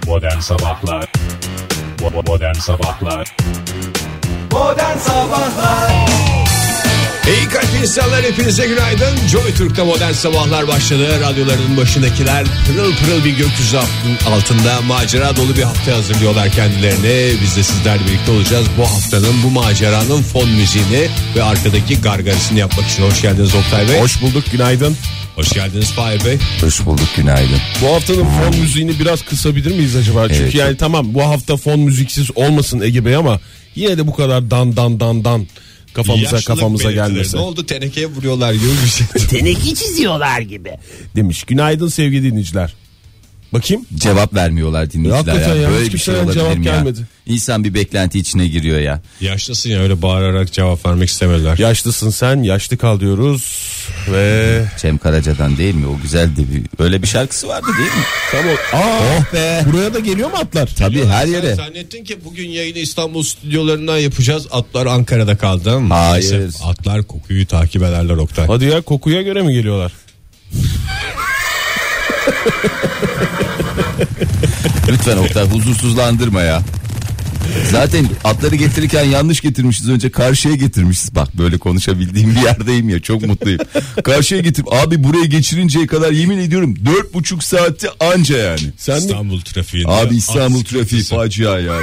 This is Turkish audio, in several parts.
Modern Sabahlar. Modern Sabahlar. Modern Sabahlar. İyi kalp insanlar, hepinize günaydın. Joy Türk'te Modern Sabahlar başladı. Radyolarının başındakiler pırıl pırıl bir gökyüzü altında macera dolu bir hafta hazırlıyorlar kendilerine. Biz de sizlerle birlikte olacağız. Bu haftanın, bu maceranın fon müziğini ve arkadaki gargarisini yapmak için. Hoş geldiniz Oktay Bey. Hoş bulduk, günaydın. Hoş geldiniz Fahir Bey. Hoş bulduk, günaydın. Bu haftanın fon müziğini biraz kısabilir miyiz acaba? Evet. Çünkü yani tamam, bu hafta fon müziksiz olmasın Ege Bey, ama yine de bu kadar dan kafamıza gelmesi. Ne oldu, tenekeye vuruyorlar gibi bir şey. Teneke çiziyorlar gibi demiş. Günaydın sevgili dinleyiciler. Bakayım. Cevap vermiyorlar dinleyiciler. Hakikaten ya, Böyle hiç bir şey kimseden olabilir cevap mi ya? gelmedi. İnsan bir beklenti içine giriyor ya. Yaşlısın ya, öyle bağırarak cevap vermek istemediler. Yaşlısın sen, yaşlı kal diyoruz ve... Cem Karaca'dan değil mi? O güzel de öyle bir şarkısı vardı değil mi? Tamam. Oh be. Buraya da geliyor mu atlar? Tabii her yere. Sen zannettin ki bugün yayını İstanbul stüdyolarından yapacağız. Atlar Ankara'da kaldı. Hayır. Maalesef atlar kokuyu takip ederler Oktay. Hadi ya, kokuya göre mi geliyorlar? Lütfen Oktay, huzursuzlandırma ya. Zaten atları getirirken yanlış getirmişiz. Önce karşıya getirmişiz. Bak, böyle konuşabildiğim bir yerdeyim ya, çok mutluyum. Karşıya getir. Abi buraya geçirinceye kadar yemin ediyorum 4,5 saatti anca yani. İstanbul trafiğinde. Abi İstanbul trafiği sıkıntısı. facia ya.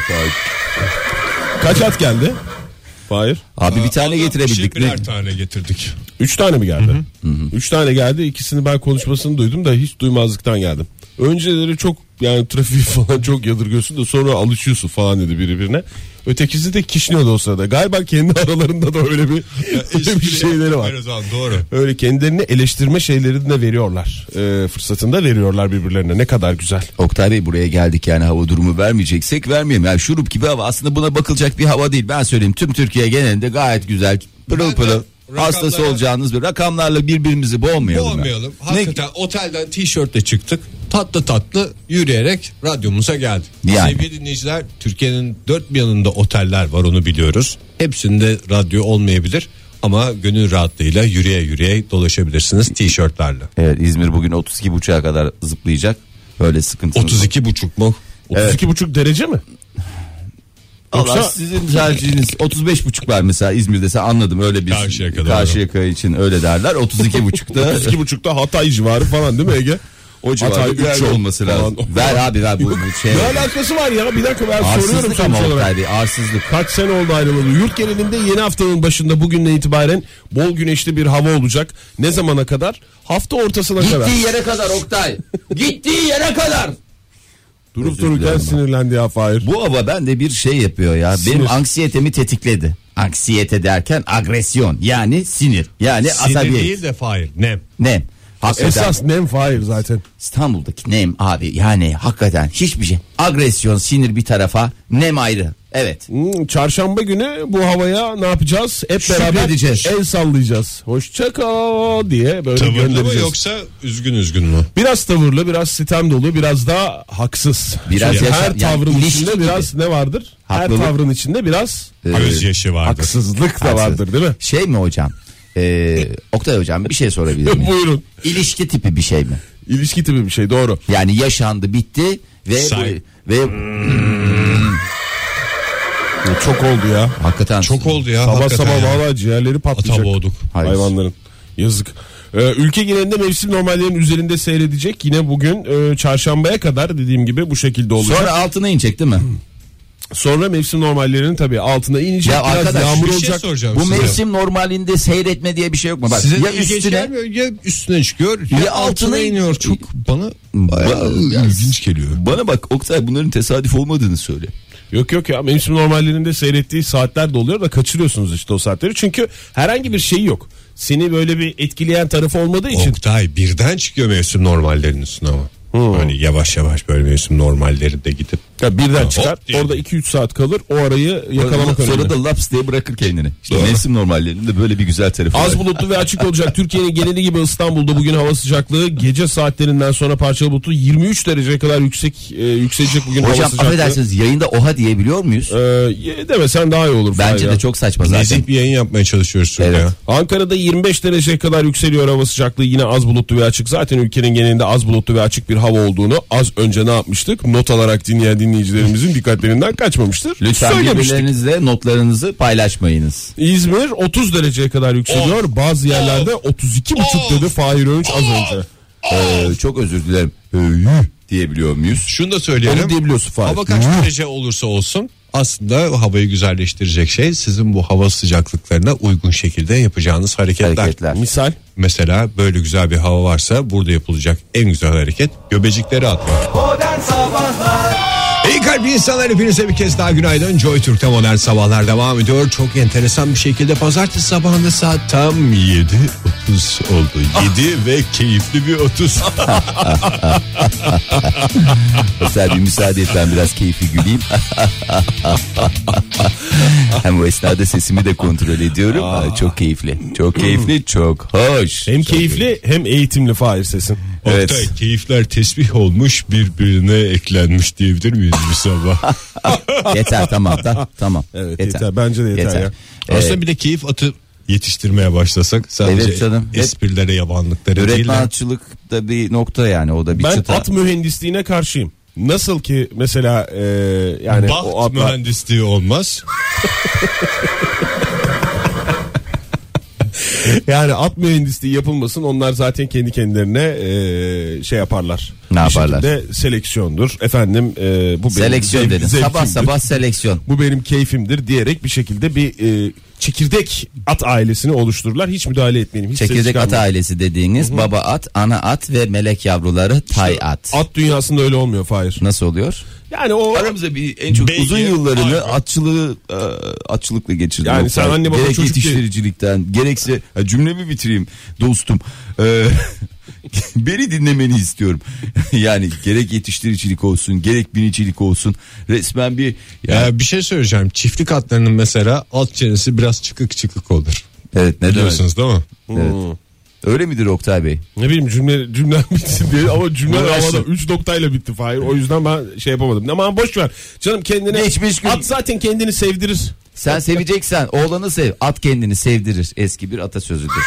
Kaç at geldi? Hayır. Abi bir tane Allah getirebildik. birer tane getirdik. 3 tane mi geldi? 3 tane geldi. İkisini ben konuşmasını duydum da hiç duymazlıktan geldim. Önceleri çok, yani trafiği falan çok yadırgıyorsun da sonra alışıyorsun falan dedi birbirine. Ötekisi de kişniyordu o sırada. Galiba kendi aralarında da öyle bir şeyleri var. Doğru. Öyle kendilerini eleştirme şeylerini de veriyorlar. Fırsatını da veriyorlar birbirlerine. Ne kadar güzel. Oktay Bey, buraya geldik yani, hava durumu vermeyeceksek vermeyelim. Yani şurup gibi hava, aslında buna bakılacak bir hava değil. Ben söyleyeyim, tüm Türkiye genelinde gayet güzel, pırıl pırıl. Hastası olacağınız bir rakamlarla birbirimizi boğmayalım. Hakikaten otelden tişörtle çıktık. Tatlı yürüyerek radyomuza geldik. Yani. Sevgili dinleyiciler, Türkiye'nin dört bir yanında oteller var, onu biliyoruz. Hepsinde radyo olmayabilir ama gönül rahatlığıyla yürüye dolaşabilirsiniz tişörtlerle. Evet, İzmir bugün 32,5'a kadar zıplayacak. Öyle sıkıntı. 32,5 mu? 32,5 derece mi? Allah, Yoksa... sizin tercihiniz 35,5 var mesela İzmir'de, sen anladım, öyle bir Karşıyaka için öyle derler. 32,5'da 32,5'da Hatay civarı falan değil mi Ege? o civarda Hatay 3 olması lazım. falan. Ver abi, ver bu şey. Ne alakası var ya? Bir dakika, ben soruyorum Arsızlık ama sonuç olarak. Oktay Bey, arsızlık. Kaç sene oldu ayrılalı? Yurt genelinde yeni haftanın başında bugünden itibaren bol güneşli bir hava olacak. Ne zamana kadar? Hafta ortasına kadar. Gittiği yere kadar Oktay. Gittiği yere kadar. Durup dururken sinirlendi ya Fahir. Bu hava bende bir şey yapıyor ya. Sinir. Benim anksiyetemi tetikledi. Anksiyete derken agresyon, yani sinir, yani Sinir asabiyet. değil de Fahir, nem. Nem. Hakikaten Esas nem Fahir zaten. İstanbul'daki nem abi, yani hakikaten hiçbir şey. Agresyon, sinir bir tarafa, nem ayrı. Evet. Çarşamba günü bu havaya ne yapacağız? Hep beraber Şükredeceğiz. el sallayacağız. Hoşça kal diye böyle Tavırlı mı göndereceğiz. yoksa üzgün mü? Biraz tavırlı, biraz sitem dolu, biraz da haksız. Biraz Çünkü yaşa- her tavrın yani içinde ilişki biraz ne vardır? Haklılık. Her tavrın içinde biraz Gözyaşı vardır. haksızlık da Haksız. vardır değil mi? Şey mi hocam? Oktay hocam, bir şey sorabilir miyim? Buyurun. İlişki tipi bir şey mi? İlişki tipi bir şey, doğru. Yani yaşandı, bitti ve Say. Çok oldu ya. hakikaten Çok oldu ya. Sabah hakikaten sabah ya. valla ciğerleri patlayacak. Ata boğduk. Hayır. Hayvanların. Yazık. Ülke genelinde mevsim normallerinin üzerinde seyredecek. Yine bugün çarşambaya kadar dediğim gibi bu şekilde olacak. Sonra altına inecek değil mi? Sonra mevsim normallerinin tabii altına inecek. Ya Biraz arkadaş, yağmur bir şey olacak. soracağım Bu size. mevsim normalinde seyretme diye bir şey yok mu? Bak, Size ya ilginç üstüne gelmiyor, ya üstüne çıkıyor ya altına altına iniyor. Çok bana bayağı ilginç geliyor. Bana bak Oktay, bunların tesadüf olmadığını söyle. Yok ya, mevsim normallerinde seyrettiği saatler de oluyor da kaçırıyorsunuz işte o saatleri. Çünkü herhangi bir şey yok. Seni böyle bir etkileyen tarafı olmadığı için. Oktay, birden çıkıyor mevsim normallerinin üstüne ama. Hani yavaş böyle mevsim normalleri de gidip. Ya birden çıkar. diye. Orada 2-3 saat kalır. O arayı yakalamak önemli. Sonra da laps diye bırakır kendini. İşte mevsim normallerinde böyle bir güzel tarafı Az var. bulutlu ve açık olacak. Türkiye'nin geneli gibi İstanbul'da bugün hava sıcaklığı gece saatlerinden sonra parçalı bulutlu 23 dereceye kadar yükselecek bugün hava Hocam sıcaklığı. affedersiniz, yayında oha diyebiliyor muyuz? Demesen daha iyi olur. Bence de çok saçma zaten. Nezih bir yayın yapmaya çalışıyoruz. Evet. Ya. Ankara'da 25 dereceye kadar yükseliyor hava sıcaklığı, yine az bulutlu ve açık. Zaten ülkenin genelinde az bulutlu ve açık bir hava olduğunu az önce ne yapmıştık? Not alarak dinleyen dinleyicilerimizin dikkatlerinden kaçmamıştır. Lütfen Söylemiştik. birbirlerinizle notlarınızı paylaşmayınız. İzmir 30 dereceye kadar yükseliyor. Bazı yerlerde 32,5 dedi Fahir Öğünç az önce. Çok özür dilerim. Diyebiliyor muyuz? Şunu da söyleyelim. Onu diyebiliyorsun Fahir. Hava kaç derece olursa olsun aslında havayı güzelleştirecek şey sizin bu hava sıcaklıklarına uygun şekilde yapacağınız hareketler. Misal Mesela böyle güzel bir hava varsa burada yapılacak en güzel hareket göbecikleri atmak. Modern Sabahlar. İyi kalp insanlar, hepinize bir kez daha günaydın. Joy Türk'te modern sabahlar devam ediyor. Çok enteresan bir şekilde pazartesi sabahında saat tam 7:30 oldu. 7 ve keyifli bir 30. Mesela bir müsaade et, ben biraz keyifli güleyim. Hem o esnada sesimi de kontrol ediyorum. Çok keyifli. Çok keyifli, çok hoş. hem keyifli hem eğitimli Fahir sesin. Evet. Oktay, keyifler tesbih olmuş birbirine eklenmiş diyebilir miyiz bir sabah? Yeter, tamam da tamam. Evet, yeter. Bence de yeter ya. Aslında bir de keyif atı yetiştirmeye başlasak sadece Evet canım. esprilere, yabanlıklara değil Üretme de. atçılık da bir nokta, yani o da bir Ben çıta. at mühendisliğine karşıyım. Nasıl ki mesela yani Baht o atlar... mühendisliği olmaz. Yani at mühendisliği yapılmasın, onlar zaten kendi kendilerine şey yaparlar. Ne Bir yaparlar? şekilde seleksiyondur. Efendim bu benim Seleksiyon dedin. Sabah zevkimdir. sabah seleksiyon. Bu benim keyfimdir diyerek bir şekilde bir çekirdek at ailesini oluştururlar. Hiç müdahale etmeyelim. Hiç ses Çekirdek at çıkarmayın. ailesi dediğiniz baba at, ana at ve melek yavruları tay at. At dünyasında öyle olmuyor Fahir. Nasıl oluyor? Yani o Aramızda bir en çok Beygir, uzun yıllarını hayvan. atçılıkla geçirdi. Yani sen anne baba gerek çocuk yetiştiricilikten gerekse cümlemi bitireyim dostum. Beni dinlemeni istiyorum. Yani gerek yetiştiricilik olsun, gerek binicilik olsun, resmen bir Ya bir şey söyleyeceğim. Çiftlik atlarının mesela alt çenesi biraz çıkık çıkık olur. evet, ne demek? Biliyorsunuz değil mi? Evet. Öyle midir Oktay Bey? ne bileyim cümle bitsin diye ama cümle Uğraştım. havada 3 noktayla bitti Fahir. O yüzden ben şey yapamadım. Ama boş ver. Canım kendine Geçmiş gün. at zaten kendini sevdirir. Sen seveceksen oğlanı sev, at kendini sevdirir. Eski bir atasözüdür.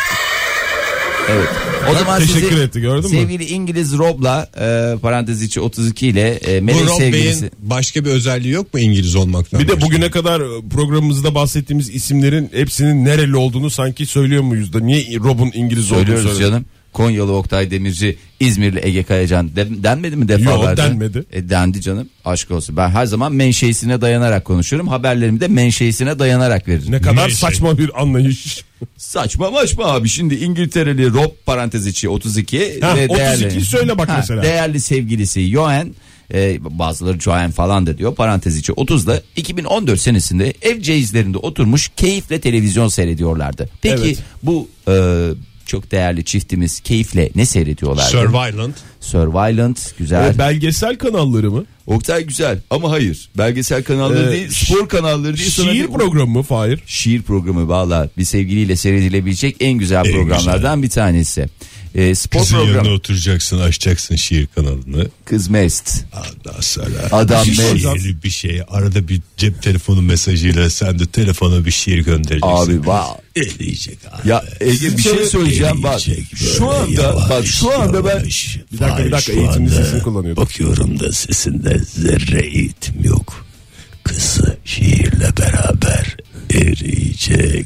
Evet. O zaman teşekkür sizi etti, gördün mü? sevgili İngiliz Rob'la parantez içi 32 ile Bu melek Rob sevgilisi. Bey'in başka bir özelliği yok mu İngiliz olmaktan? Bir de başka? bugüne kadar programımızda bahsettiğimiz isimlerin hepsinin nereli olduğunu sanki söylüyor muyuz da niye Rob'un İngiliz olduğunu Söylüyoruz söylüyor? canım. Konyalı Oktay Demirci, İzmirli Ege Kayacan denmedi mi defalarca? Yok, denmedi. Dendi canım, aşk olsun. Ben her zaman menşeisine dayanarak konuşuyorum. Haberlerimi de menşeisine dayanarak veririm. Ne kadar Neyse. saçma bir anlayış. Saçma maçma abi. Şimdi İngiltereli Rob parantez içi 32 Ha, ve 32 söyle bak mesela. Değerli sevgilisi Joan, bazıları Joan falan da diyor, parantez içi 30'da 2014 senesinde ev ceyizlerinde oturmuş keyifle televizyon seyrediyorlardı. Peki Evet. bu çok değerli çiftimiz keyifle ne seyrediyorlardı? Surveillance. Surveillance güzel. Belgesel kanalları mı? Oktay güzel ama hayır. Belgesel kanalları değil, spor kanalları değil. sana Şiir bir- programı mı Fahir? Şiir programı valla bir sevgiliyle seyredilebilecek en güzel programlardan bir tanesi. Spor Kızın programı. yanına oturacaksın, açacaksın şiir kanalını. Kız mest. Ondan sonra Adam şiirli bir şey. Arada bir cep telefonu mesajıyla sen de telefona bir şiir göndereceksin. Abi wow. Eleyecek abi. Ya Ege bir şey söyleyeceğim bak. Şu anda ben Bir dakika eğitimli sesini kullanıyor. Bakıyorum da sesinde zerre eğitim yok. Kızı şiirle beraber eriyecek.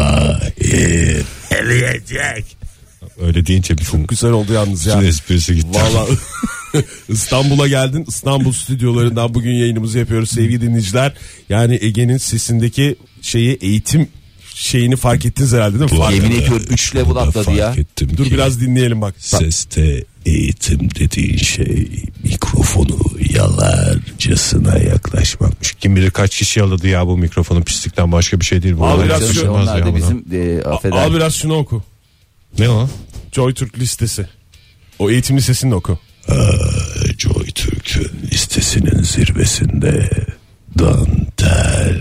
Fahir. Eriyecek. Öyle deyince bütün Güzel oldu yalnız ya. esprisi gitti. Vallahi İstanbul'a geldin. İstanbul stüdyolarından bugün yayınımızı yapıyoruz sevgili dinleyiciler. Yani Ege'nin sesindeki eğitim şeyini fark ettiniz herhalde değil mi? Fark yemin ettim. ediyorum 3 level atladı ya. Ettim Dur ki biraz dinleyelim bak. seste eğitim dediğin şey mikrofonu yalarcasına yaklaşmakmış. Kim bilir kaç kişi yaladı ya bu mikrofonu, pislikten başka bir şey değil bu. Abi biraz Canım, şu- onlar da ya bizim affeder. Al biraz şunu oku. ne o? Joy Türk listesi. O eğitimli sesini oku. Joy Türk'ün listesinin zirvesinde ve dantel.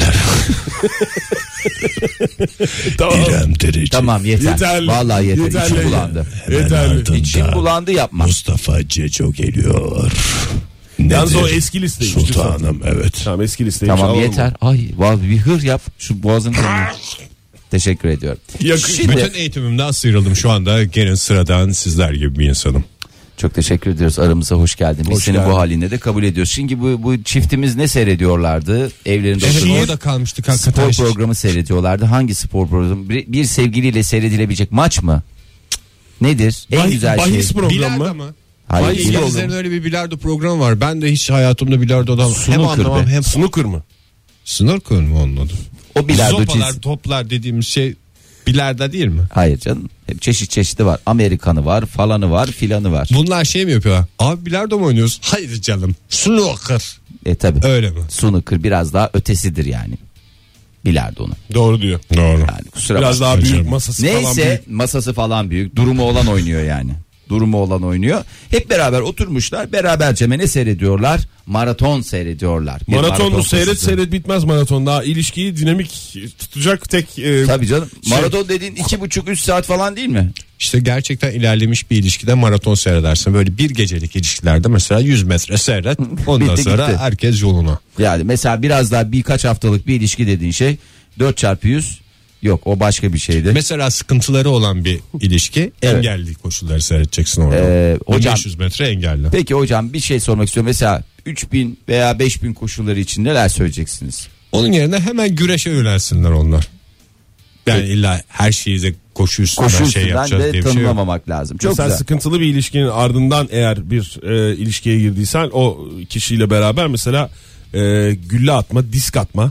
Tamam. İrem Derici. Tamam yeter. Yeterli. Vallahi yeter. Yeterli. İçim bulandı. Yeterli. İçim bulandı, yapma. Mustafa Ceco geliyor. Yalnız Nedir? o eski listeymiş. Sultanım, evet. Tamam, eski listeymiş. Tamam Alalım. yeter. Ay vallahi bir hır yap. Şu boğazını tanıyor. Teşekkür ediyorum. Şimdi Bütün eğitimimden sıyrıldım, şu anda gene sıradan sizler gibi bir insanım. çok teşekkür ediyoruz, aramıza hoş geldin. Biz Hoş seni geldin. bu haline de kabul ediyoruz. Şimdi bu çiftimiz ne seyrediyorlardı? Evlerinde Evet, oturup orada kalmıştık hakikaten. spor programı seyrediyorlardı. Hangi spor programı? Bir sevgiliyle seyredilebilecek maç mı? Cık. Nedir? En güzel şey. Bahis programı Bilardo mı? mı? Hayır, bahis bilardo. İngilizlerin öyle bir bilardo programı var. Ben de hiç hayatımda bilardodan hem Snooker anlamam be. hem... Snooker mı? Snooker mı onun adı? O bilardo Zopalar, cins. toplar dediğimiz şey bilardo değil mi? Hayır canım. Hep çeşit çeşidi var. Amerikanı var, falanı var, filanı var. Bunlar şey mi yapıyorlar? Abi bilardo mu oynuyoruz? Hayır canım. Snooker. Tabi. Öyle mi? Snooker biraz daha ötesidir yani. Bilardonun. Doğru diyor. Doğru. Yani kusura Biraz bakma. daha büyük, Canım. masası falan Neyse büyük. masası falan büyük. Durumu olan oynuyor yani. Durumu olan oynuyor. Hep beraber oturmuşlar. Beraberce ne seyrediyorlar? Maraton seyrediyorlar. Bir Maraton seyret fasısı. seyret bitmez maraton. Daha ilişkiyi dinamik tutacak tek Tabii canım. Maraton dediğin 2,5-3 saat falan değil mi? İşte gerçekten ilerlemiş bir ilişkide maraton seyredersin. Böyle bir gecelik ilişkilerde mesela 100 metre seyret. Ondan Bitti, sonra gitti. herkes yoluna. Yani mesela biraz daha birkaç haftalık bir ilişki dediğin şey 4x100 yok, o başka bir şeydi. Mesela sıkıntıları olan bir ilişki, Evet. engelli koşulları seyredeceksin orada. hocam- 500 metre engelli. Peki hocam bir şey sormak istiyorum. Mesela 3000 veya 5000 koşulları için neler söyleyeceksiniz? Onun yerine hemen güreşe yönelsinler onlar. Yani illa her şeyi de koşu üstünden Koşu şey üstünden yapacağız de diye bir şey yok. tanımlamamak lazım. Çok Mesela güzel. sıkıntılı bir ilişkinin ardından eğer bir ilişkiye girdiysen o kişiyle beraber mesela gülle atma, disk atma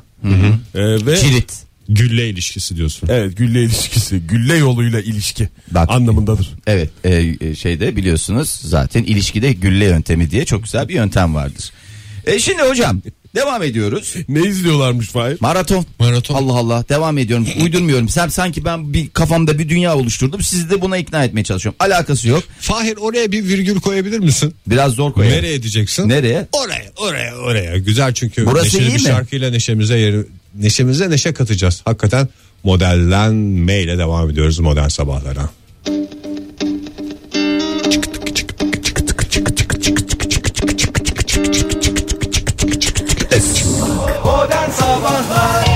ve Kilit. Gülle ilişkisi diyorsun. evet, gülle ilişkisi, gülle yoluyla ilişki Bak. anlamındadır. Evet, şeyde biliyorsunuz zaten ilişkide gülle yöntemi diye çok güzel bir yöntem vardır. Şimdi hocam devam ediyoruz. Ne izliyorlarmış Fahir? Maraton. Maraton. Allah Allah, devam ediyorum. Uydurmuyorum. Sanki ben bir kafamda bir dünya oluşturdum. Sizi de buna ikna etmeye çalışıyorum. Alakası yok. Fahir, oraya bir virgül koyabilir misin? Biraz zor koyalım. Nereye diyeceksin? Nereye? Oraya. Güzel, çünkü Burası neşeli iyi bir mi? şarkıyla neşemize neşe katacağız. Hakikaten modellenmeyle devam ediyoruz modern sabahlara. Modern Sabahlar.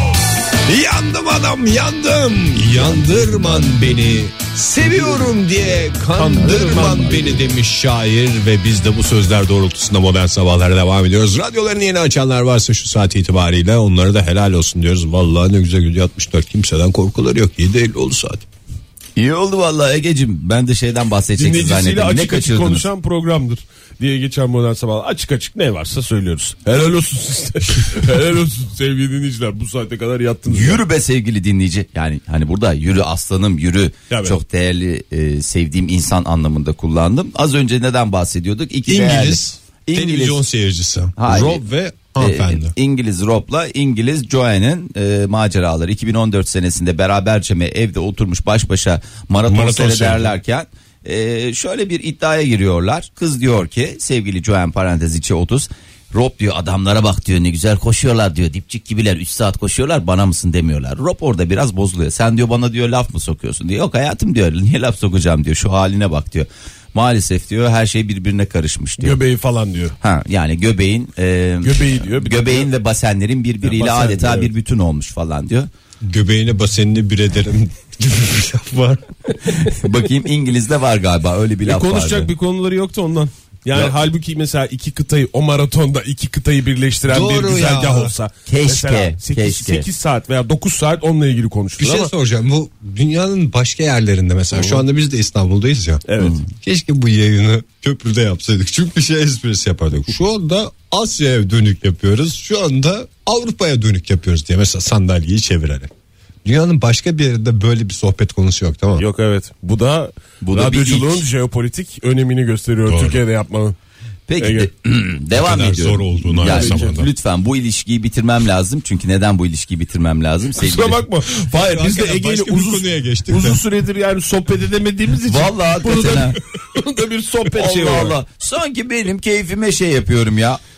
Yandım adam, yandım. Yandırman beni. Seviyorum diye kandırman beni demiş şair ve biz de bu sözler doğrultusunda modern sabahlara devam ediyoruz. Radyolarını yeni açanlar varsa şu saat itibariyle onlara da helal olsun diyoruz. Vallahi ne güzel gidiyor 64, kimseden korkuları yok. 7.50 oldu saat. İyi oldu vallahi Egeciğim. Ben de şeyden bahsedeceksin Dinleyicisiyle zannettim. Ne açık açık kaçırdınız? konuşan programdır diye geçen modern sabah. Açık açık ne varsa söylüyoruz. Helal olsun size. Helal olsun sevgili dinleyiciler. Bu saate kadar yattınız. Yürü be sevgili dinleyici. Yani hani burada yürü aslanım yürü. Tabii. Çok değerli sevdiğim insan anlamında kullandım. Az önce neden bahsediyorduk? İngiliz değerli- televizyon seyircisi. Hayır. Rob ve hanımefendi. İngiliz Rob'la İngiliz Joanne'in maceraları 2014 senesinde beraberce evde oturmuş baş başa maraton seyrederlerken şöyle bir iddiaya giriyorlar. Kız diyor ki sevgili Joanne parantez içi 30, Rob diyor adamlara bak diyor, ne güzel koşuyorlar diyor, dipçik gibiler 3 saat koşuyorlar, bana mısın demiyorlar. Rob orada biraz bozuluyor. Sen diyor bana diyor laf mı sokuyorsun diyor. Yok hayatım diyor, niye laf sokacağım diyor, şu haline bak diyor. Maalesef diyor her şey birbirine karışmış diyor. Göbeği falan diyor. Yani göbeğin Göbeği diyor. göbeğin ve basenlerin birbiriyle Basen, adeta evet. bir bütün olmuş falan diyor. Göbeğine basenini bir ederim gibi bir laf var. Bakayım İngiliz'de var galiba öyle bir laf Konuşacak vardı. bir konuları yoktu ondan. Yani Yok. halbuki mesela iki kıtayı o maratonda iki kıtayı birleştiren Doğru bir güzergah ya. olsa. Keşke, keşke. 8 saat veya 9 saat onunla ilgili konuşulur Bir şey ama. soracağım. Bu dünyanın başka yerlerinde mesela şu anda biz de İstanbul'dayız ya. Evet. Keşke bu yayını köprüde yapsaydık. Çünkü şey esprisi yapardık. Şu anda Asya'ya dönük yapıyoruz. Şu anda Avrupa'ya dönük yapıyoruz diye mesela sandalyeyi çevirerek. Dünyanın başka bir yerinde böyle bir sohbet konusu yok, tamam mı? Yok evet. Bu da Bu da bir radyoculuğun ilk. jeopolitik önemini gösteriyor. Doğru. Türkiye'de yapmanın. Peki Ege. devam kadar ediyorum. zor olduğunu aynı zamanda. Lütfen bu ilişkiyi bitirmem lazım. Çünkü neden bu ilişkiyi bitirmem lazım? Kusura bakma. Hayır biz de Hakikaten Ege'yle başka bir konuya geçtik de. uzun süredir yani sohbet edemediğimiz için. Vallahi bunu hakikaten ha. da, bunu da bir sohbet şey Allah var. Allah. Sanki benim keyfime şey yapıyorum ya.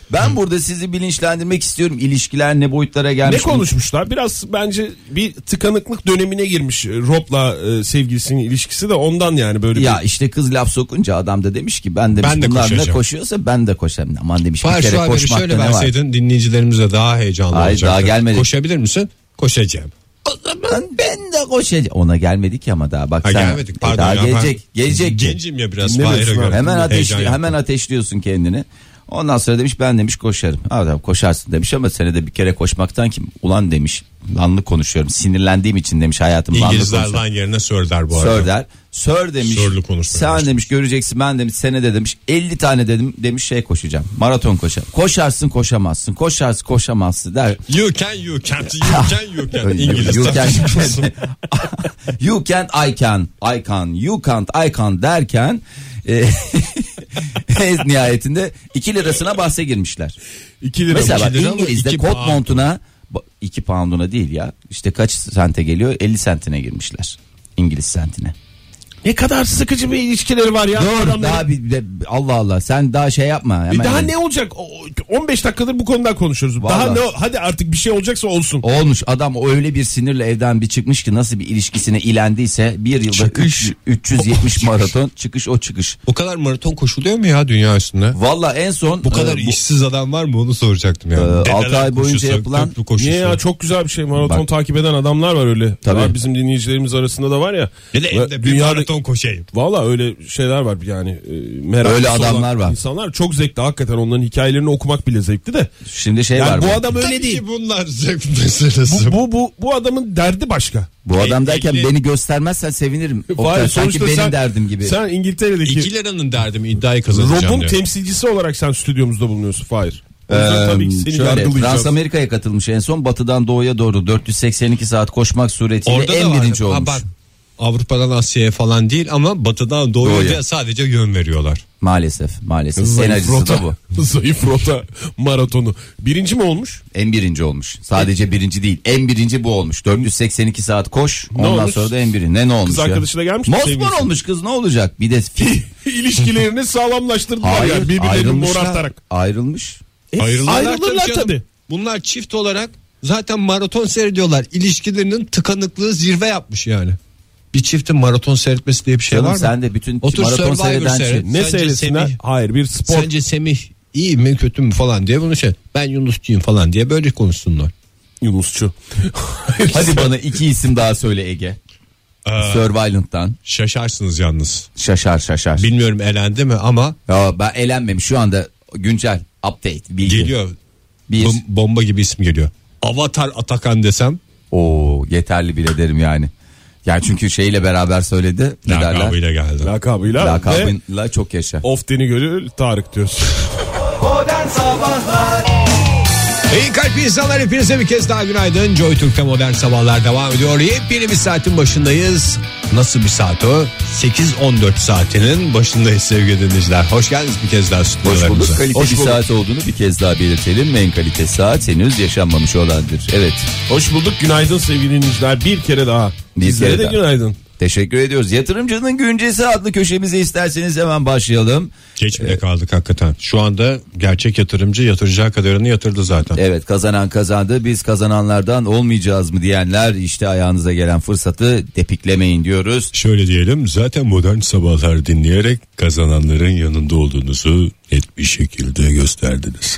Ben burada sizi bilinçlendirmek istiyorum. İlişkiler ne boyutlara gelmiş. Ne konuşmuşlar? Biraz bence bir tıkanıklık dönemine girmiş Rob'la sevgilisinin ilişkisi de ondan yani böyle. Ya işte kız laf sokunca adam da demiş ki ben demiş bunlar ne koşuyorsa ben de koşarım. Aman demiş bir kere koşmakta şöyle ne var? verseydin dinleyicilerimize daha heyecanlı olacaktı. Daha gelmedi. Koşabilir misin? Koşacağım. O zaman ben de koşacağım. Ona gelmedik ya ama daha bak sen. Gelmedik pardon daha ya. Gelecek. Gencim ya biraz. Göre. Hemen ateşliyorsun kendini. Ondan sonra demiş ben demiş koşarım. Adam koşarsın demiş ama senede bir kere koşmaktan kim? Ulan demiş. Lanlı konuşuyorum. Sinirlendiğim için demiş hayatım lanlı konuşuyorum. İngilizler lan yerine sir der bu arada. Sir demiş. Sen demiş göreceksin ben demiş senede demiş 50 tane demiş koşacağım. Maraton koşacağım. Koşarsın koşamazsın. Koşarsın koşamazsın der. You can. İngilizler. You can I can. You can't I can derken nihayetinde 2 lirasına bahse girmişler. 2 lira. Mesela İngiliz'de kot montuna 2 pounduna değil ya. İşte kaç sente geliyor? 50 sentine girmişler. İngiliz sentine. Ne kadar sıkıcı bir ilişkileri var ya. Dur daha Allah Allah sen daha şey yapma. Hemen daha ne olacak? 15 dakikadır bu konudan konuşuyoruz. Vallahi. Daha ne? Hadi artık bir şey olacaksa olsun. Olmuş adam öyle bir sinirle evden bir çıkmış ki nasıl bir ilişkisine ilendiyse bir yılda 370 maraton çıkış. O kadar maraton koşuluyor mu ya dünya üstünde? Valla en son bu kadar işsiz adam var mı onu soracaktım yani. 6 ay boyunca yapılan. Niye ya çok güzel bir şey maraton takip eden adamlar var öyle. Tabii. Bizim dinleyicilerimiz arasında da var ya. Dünyada koşayım. Valla öyle şeyler var yani meraklı öyle adamlar var. İnsanlar çok zevkli hakikaten onların hikayelerini okumak bile zevkli de. Şimdi yani var. Bu adam öyle değil. Bunlar zevk meselesi. Bu adamın derdi başka. Bu adam derken beni göstermezsen sevinirim. Sanki benim derdim gibi. Sen İngiltere'deki 2 liranın derdim iddiayı kazanacağım. Rob'un temsilcisi olarak sen stüdyomuzda bulunuyorsun Fahir. Tabii ki seni yargılayacağız. Transamerika'ya katılmış en son batıdan doğuya doğru 482 saat koşmak suretiyle orada en birinci olmuş. Avrupa'dan Asya'ya falan değil ama batıdan doğuya sadece yön veriyorlar. Maalesef. En acısı da bu. Zayıf rota maratonu. Birinci mi olmuş? En birinci olmuş. Sadece birinci değil. En birinci bu olmuş. 482 saat koş. Ondan sonra da en birinci. Ne olmuş kız ya? Arkadaşıyla gelmiş mi? Mosmor olmuş kız ne olacak? Bir de ilişkilerini sağlamlaştırdılar. Hayır, yani birbirlerini morartarak. Ayrılmış. Ayrılırlar tabii. Bunlar çift olarak zaten maraton seyrediyorlar. İlişkilerinin tıkanıklığı zirve yapmış yani. Bir çiftin maraton seyretmesi diye bir şey var mı? Sen de bütün otur maraton seyreden ne seyretsinler? Hayır bir spor. Sence Semih iyi mi kötü mü falan diye bunu ben Yunusçuyum falan diye böyle konuşsunlar. Yunusçu. Hadi bana 2 isim daha söyle Ege. Survivalent'tan. Şaşarsınız yalnız. Şaşar. Bilmiyorum elendi mi ama. Ya ben elenmemiş şu anda güncel update bilgi. Geliyor. Bomba gibi isim geliyor. Avatar Atakan desem. Oo yeterli bile derim yani. Yani çünkü şeyle beraber söyledi. Lakabıyla geldi. Lakabıyla çok yaşa. Of deni gölü Tarık diyorsun. Modern Sabahlar. İyi kalp insanlar hepinize bir kez daha günaydın. Joy Türk'te Modern Sabahlar devam ediyor. Yepyeni bir saatin başındayız. Nasıl bir saat o? 8-14 saatinin başındayız sevgili dinleyiciler. Hoş geldiniz bir kez daha stüdyolarımıza. Hoş bulduk. Kalite bir saat olduğunu bir kez daha belirtelim. En kalite saat henüz yaşanmamış olandır. Evet. Hoş bulduk. Günaydın sevgili dinleyiciler. Bir kere daha. Bizlere de günaydın. Teşekkür ediyoruz. Yatırımcının Güncesi adlı köşemize isterseniz hemen başlayalım. Geç bile kaldık hakikaten. Şu anda gerçek yatırımcı yatıracağı kadarını yatırdı zaten. Evet kazanan kazandı. Biz kazananlardan olmayacağız mı diyenler işte ayağınıza gelen fırsatı depiklemeyin diyoruz. Şöyle diyelim zaten Modern Sabahlar dinleyerek kazananların yanında olduğunuzu net bir şekilde gösterdiniz.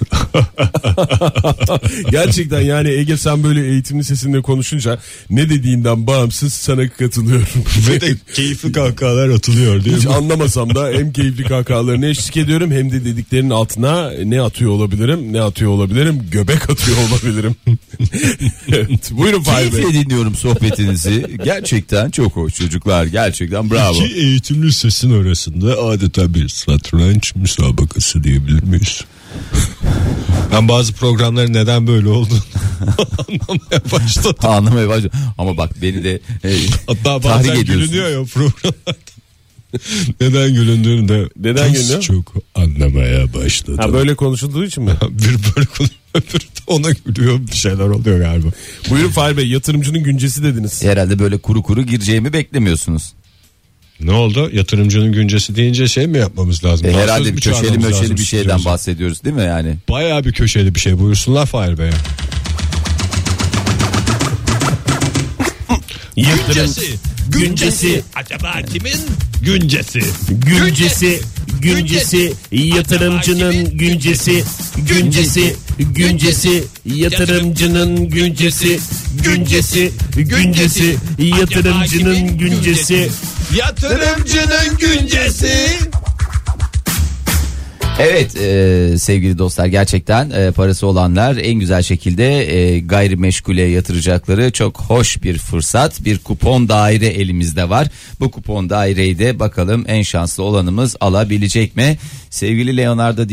Gerçekten yani Ege sen böyle eğitimli sesinle konuşunca ne dediğinden bağımsız sana katılıyorum. Ve de keyifli kahkahalar atılıyor değil mi? Hiç anlamasam da hem keyifli kahkahalarına eşlik ediyorum hem de dediklerinin altına ne atıyor olabilirim göbek atıyor olabilirim. Evet, buyurun Fahir Bey. Keyifle dinliyorum sohbetinizi. Gerçekten çok hoş çocuklar, gerçekten bravo. İki eğitimli sesin arasında adeta bir satranç müsabakası diyebilir miyiz? Ben bazı programların neden böyle olduğunu anlamaya başladım. Ama bak beni de hatta bazen gülünüyor ya programlarda. Neden gülündüğünü de çok anlamaya başladım. Ha böyle konuşulduğu için mi? Bir böyle konuşuyor, öbürü de ona gülüyor, bir şeyler oluyor galiba. Buyurun Fahir Bey, yatırımcının güncesi dediniz. Herhalde böyle kuru kuru gireceğimi beklemiyorsunuz. Ne oldu? Yatırımcının güncesi deyince şey mi yapmamız lazım? Herhalde bir köşeli bir şeyden bahsediyoruz değil mi yani? Bayağı bir köşeli bir şey. Buyursunlar Fahir Bey. Güncesi. Acaba kimin güncesi? Güncesi yatırımcının güncesi yatırımcının güncesi yatırımcının güncesi. Yatırımcının güncesi. Evet sevgili dostlar, gerçekten parası olanlar en güzel şekilde gayrimeşgule yatıracakları çok hoş bir fırsat, bir kupon daire elimizde var. Bu kupon daireyi de bakalım en şanslı olanımız alabilecek mi? Sevgili Leonardo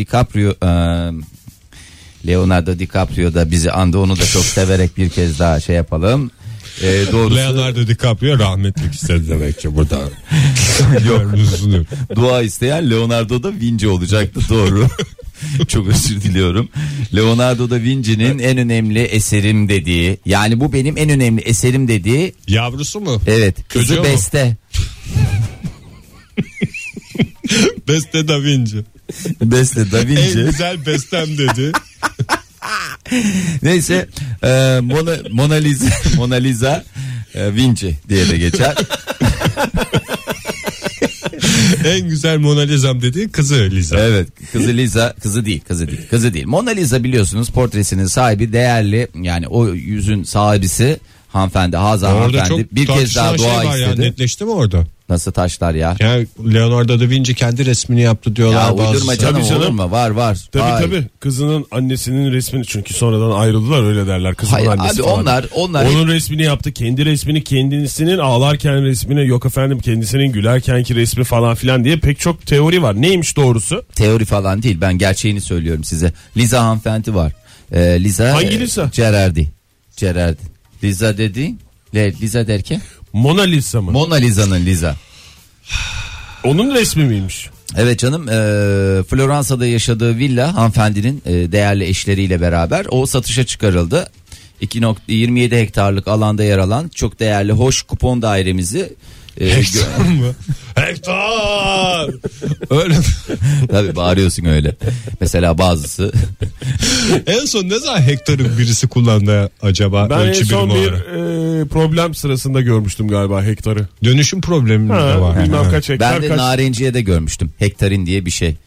DiCaprio da bizi andı, onu da çok severek bir kez daha şey yapalım. Doğrusu Leonardo DiCaprio rahmetlik istedi demek ki burada. yok. Dua isteyen Leonardo da Vinci olacaktı, doğru. Çok özür diliyorum. Leonardo da Vinci'nin en önemli eserim dediği, yani bu benim en önemli eserim dediği yavrusu mu? Evet, kızı Çocuğu Beste. Beste Da Vinci. Beste Da Vinci. En güzel bestem dedi. Neyse Mona Lisa Vinci diye de geçer. En güzel Mona Lisa'm dediği kızı Lisa. Evet, kızı Lisa, kızı değil. Mona Lisa biliyorsunuz portresinin sahibi, değerli, yani o yüzün sahibisi hanımefendi, Hazan hanımefendi bir kez daha dua istedi. Ya, netleşti mi orada? Nasıl taşlar ya? Yani Leonardo da Vinci kendi resmini yaptı diyorlar. Ya uydurma canım, Tabii olur mu? Var. Tabii kızının annesinin resmini, çünkü sonradan ayrıldılar, öyle derler. Kızının Hayır annesi abi, falan. onlar onun resmini yaptı, kendi resmini, kendisinin ağlarken resmini, yok efendim kendisinin gülerkenki resmi falan filan diye pek çok teori var. Neymiş doğrusu? Teori falan değil, ben gerçeğini söylüyorum size. Lisa hanımefendi var. Lisa. Hangi Lisa? Gerardi. Lisa dedi. Lisa derken? Mona Lisa mı? Mona Lisa'nın Lisa. Onun resmi miymiş? Evet canım, Floransa'da yaşadığı villa hanımefendinin değerli eşleriyle beraber o satışa çıkarıldı. 2.27 hektarlık alanda yer alan çok değerli hoş kupon dairemizi Hektar mı? Hektar! Öyle mi? Tabii bağırıyorsun öyle. Mesela bazısı. En son ne zaman hektarı birisi kullandı acaba? Ben en ölçü son birimi bir olarak? problem sırasında görmüştüm galiba hektarı. Dönüşüm problemi de var. Bilmem kaç hektar. Ben de kaç... Narenciye'de görmüştüm. Hektarin diye bir şey.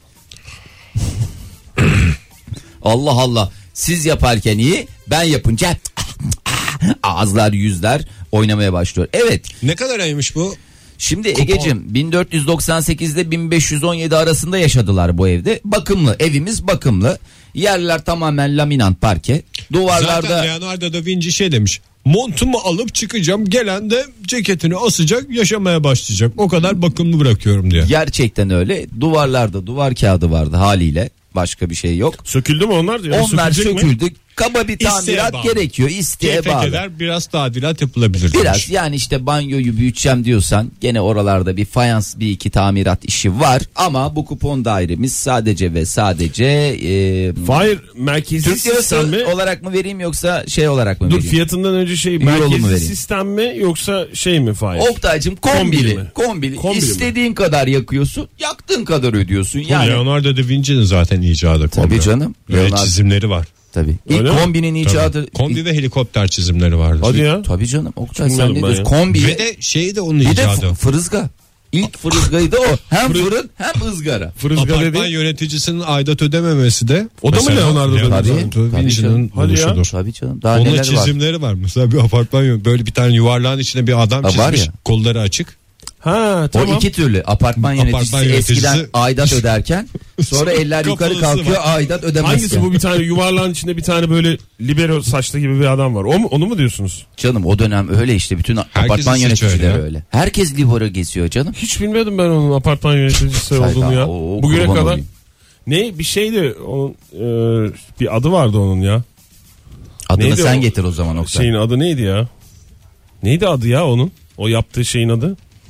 Allah Allah. Siz yaparken iyi, ben yapınca ağızlar yüzler oynamaya başlıyor. Evet. Ne kadar aymış bu? Şimdi Egeciğim 1498'de 1517 arasında yaşadılar bu evde. Bakımlı, evimiz bakımlı. Yerler tamamen laminant parke. Duvarlarda... Zaten Leonardo da Vinci şey demiş. Montumu alıp çıkacağım, gelen de ceketini asacak, yaşamaya başlayacak. O kadar bakımlı bırakıyorum diye. Gerçekten öyle. Duvarlarda duvar kağıdı vardı haliyle. Başka bir şey yok. Söküldü mü onlar? Yani onlar söküldü. Mi? Kaba bir tamirat bağlı. gerekiyor. İsteğe bağlı. Kadar biraz tadilat yapılabilir. Biraz demiş. yani işte banyoyu büyüteceğim diyorsan gene oralarda bir fayans, bir iki tamirat işi var. Ama bu kupon dairemiz sadece ve sadece Hayır, merkezi Türk sistem mi? lirası olarak mı vereyim yoksa şey olarak mı Dur, vereyim? fiyatından önce Euro mu merkezi vereyim? sistem mi yoksa şey mi Fahir? Oktay'cığım Kombili kombili. mi? Kombili. Kombili İstediğin kadar yakıyorsun, yaktığın kadar ödüyorsun. Yani Leonardo da Vinci'nin zaten icadı. tabii kombi. canım. Böyle Leonardo- çizimleri var. Tabii. Öyle İlk mi? kombinin icadı. Kombide helikopter çizimleri vardı. Hadi ya. Tabii canım. Oktay sen Bilmiyorum ne ben diyorsun? ya. Kombi. Ve de şeyi de onun Bir de icadı. fırızga. İlk fırızgayı da o. Hem fırın hem ızgara. Fırızga Apartman dedi. yöneticisinin aidat ödememesi de O da mı mesela Leonardo da Vinci? Leonardo da Tabii Vinci'nin canım. Hadi ya. buluşudur. Tabii canım. Daha Onun neler var. çizimleri var. Mesela bir apartman böyle bir tane yuvarlağın içine bir adam Ha, var çizmiş. ya. Kolları açık. Ha tamam. O iki türlü apartman yöneticisi eskiden aidat öderken sonra eller yukarı Kafalısı kalkıyor, var. aidat ödemezken. Hangisi bu? Bir tane yuvarlağın içinde bir tane böyle libero saçlı gibi bir adam var. O mu, onu mu diyorsunuz? Canım o dönem öyle işte, bütün apartman hiç yöneticileri öyle öyle, ya. Herkes libero geziyor canım. Hiç bilmiyordum ben onun apartman yöneticisi olduğunu ya. Bugüne kurban kadar. olayım. Ne bir şeydi onun bir adı vardı onun ya. Adını Neydi sen o? getir o zaman Oktay. Şeyin adı neydi ya? Neydi adı ya onun? O yaptığı şeyin adı?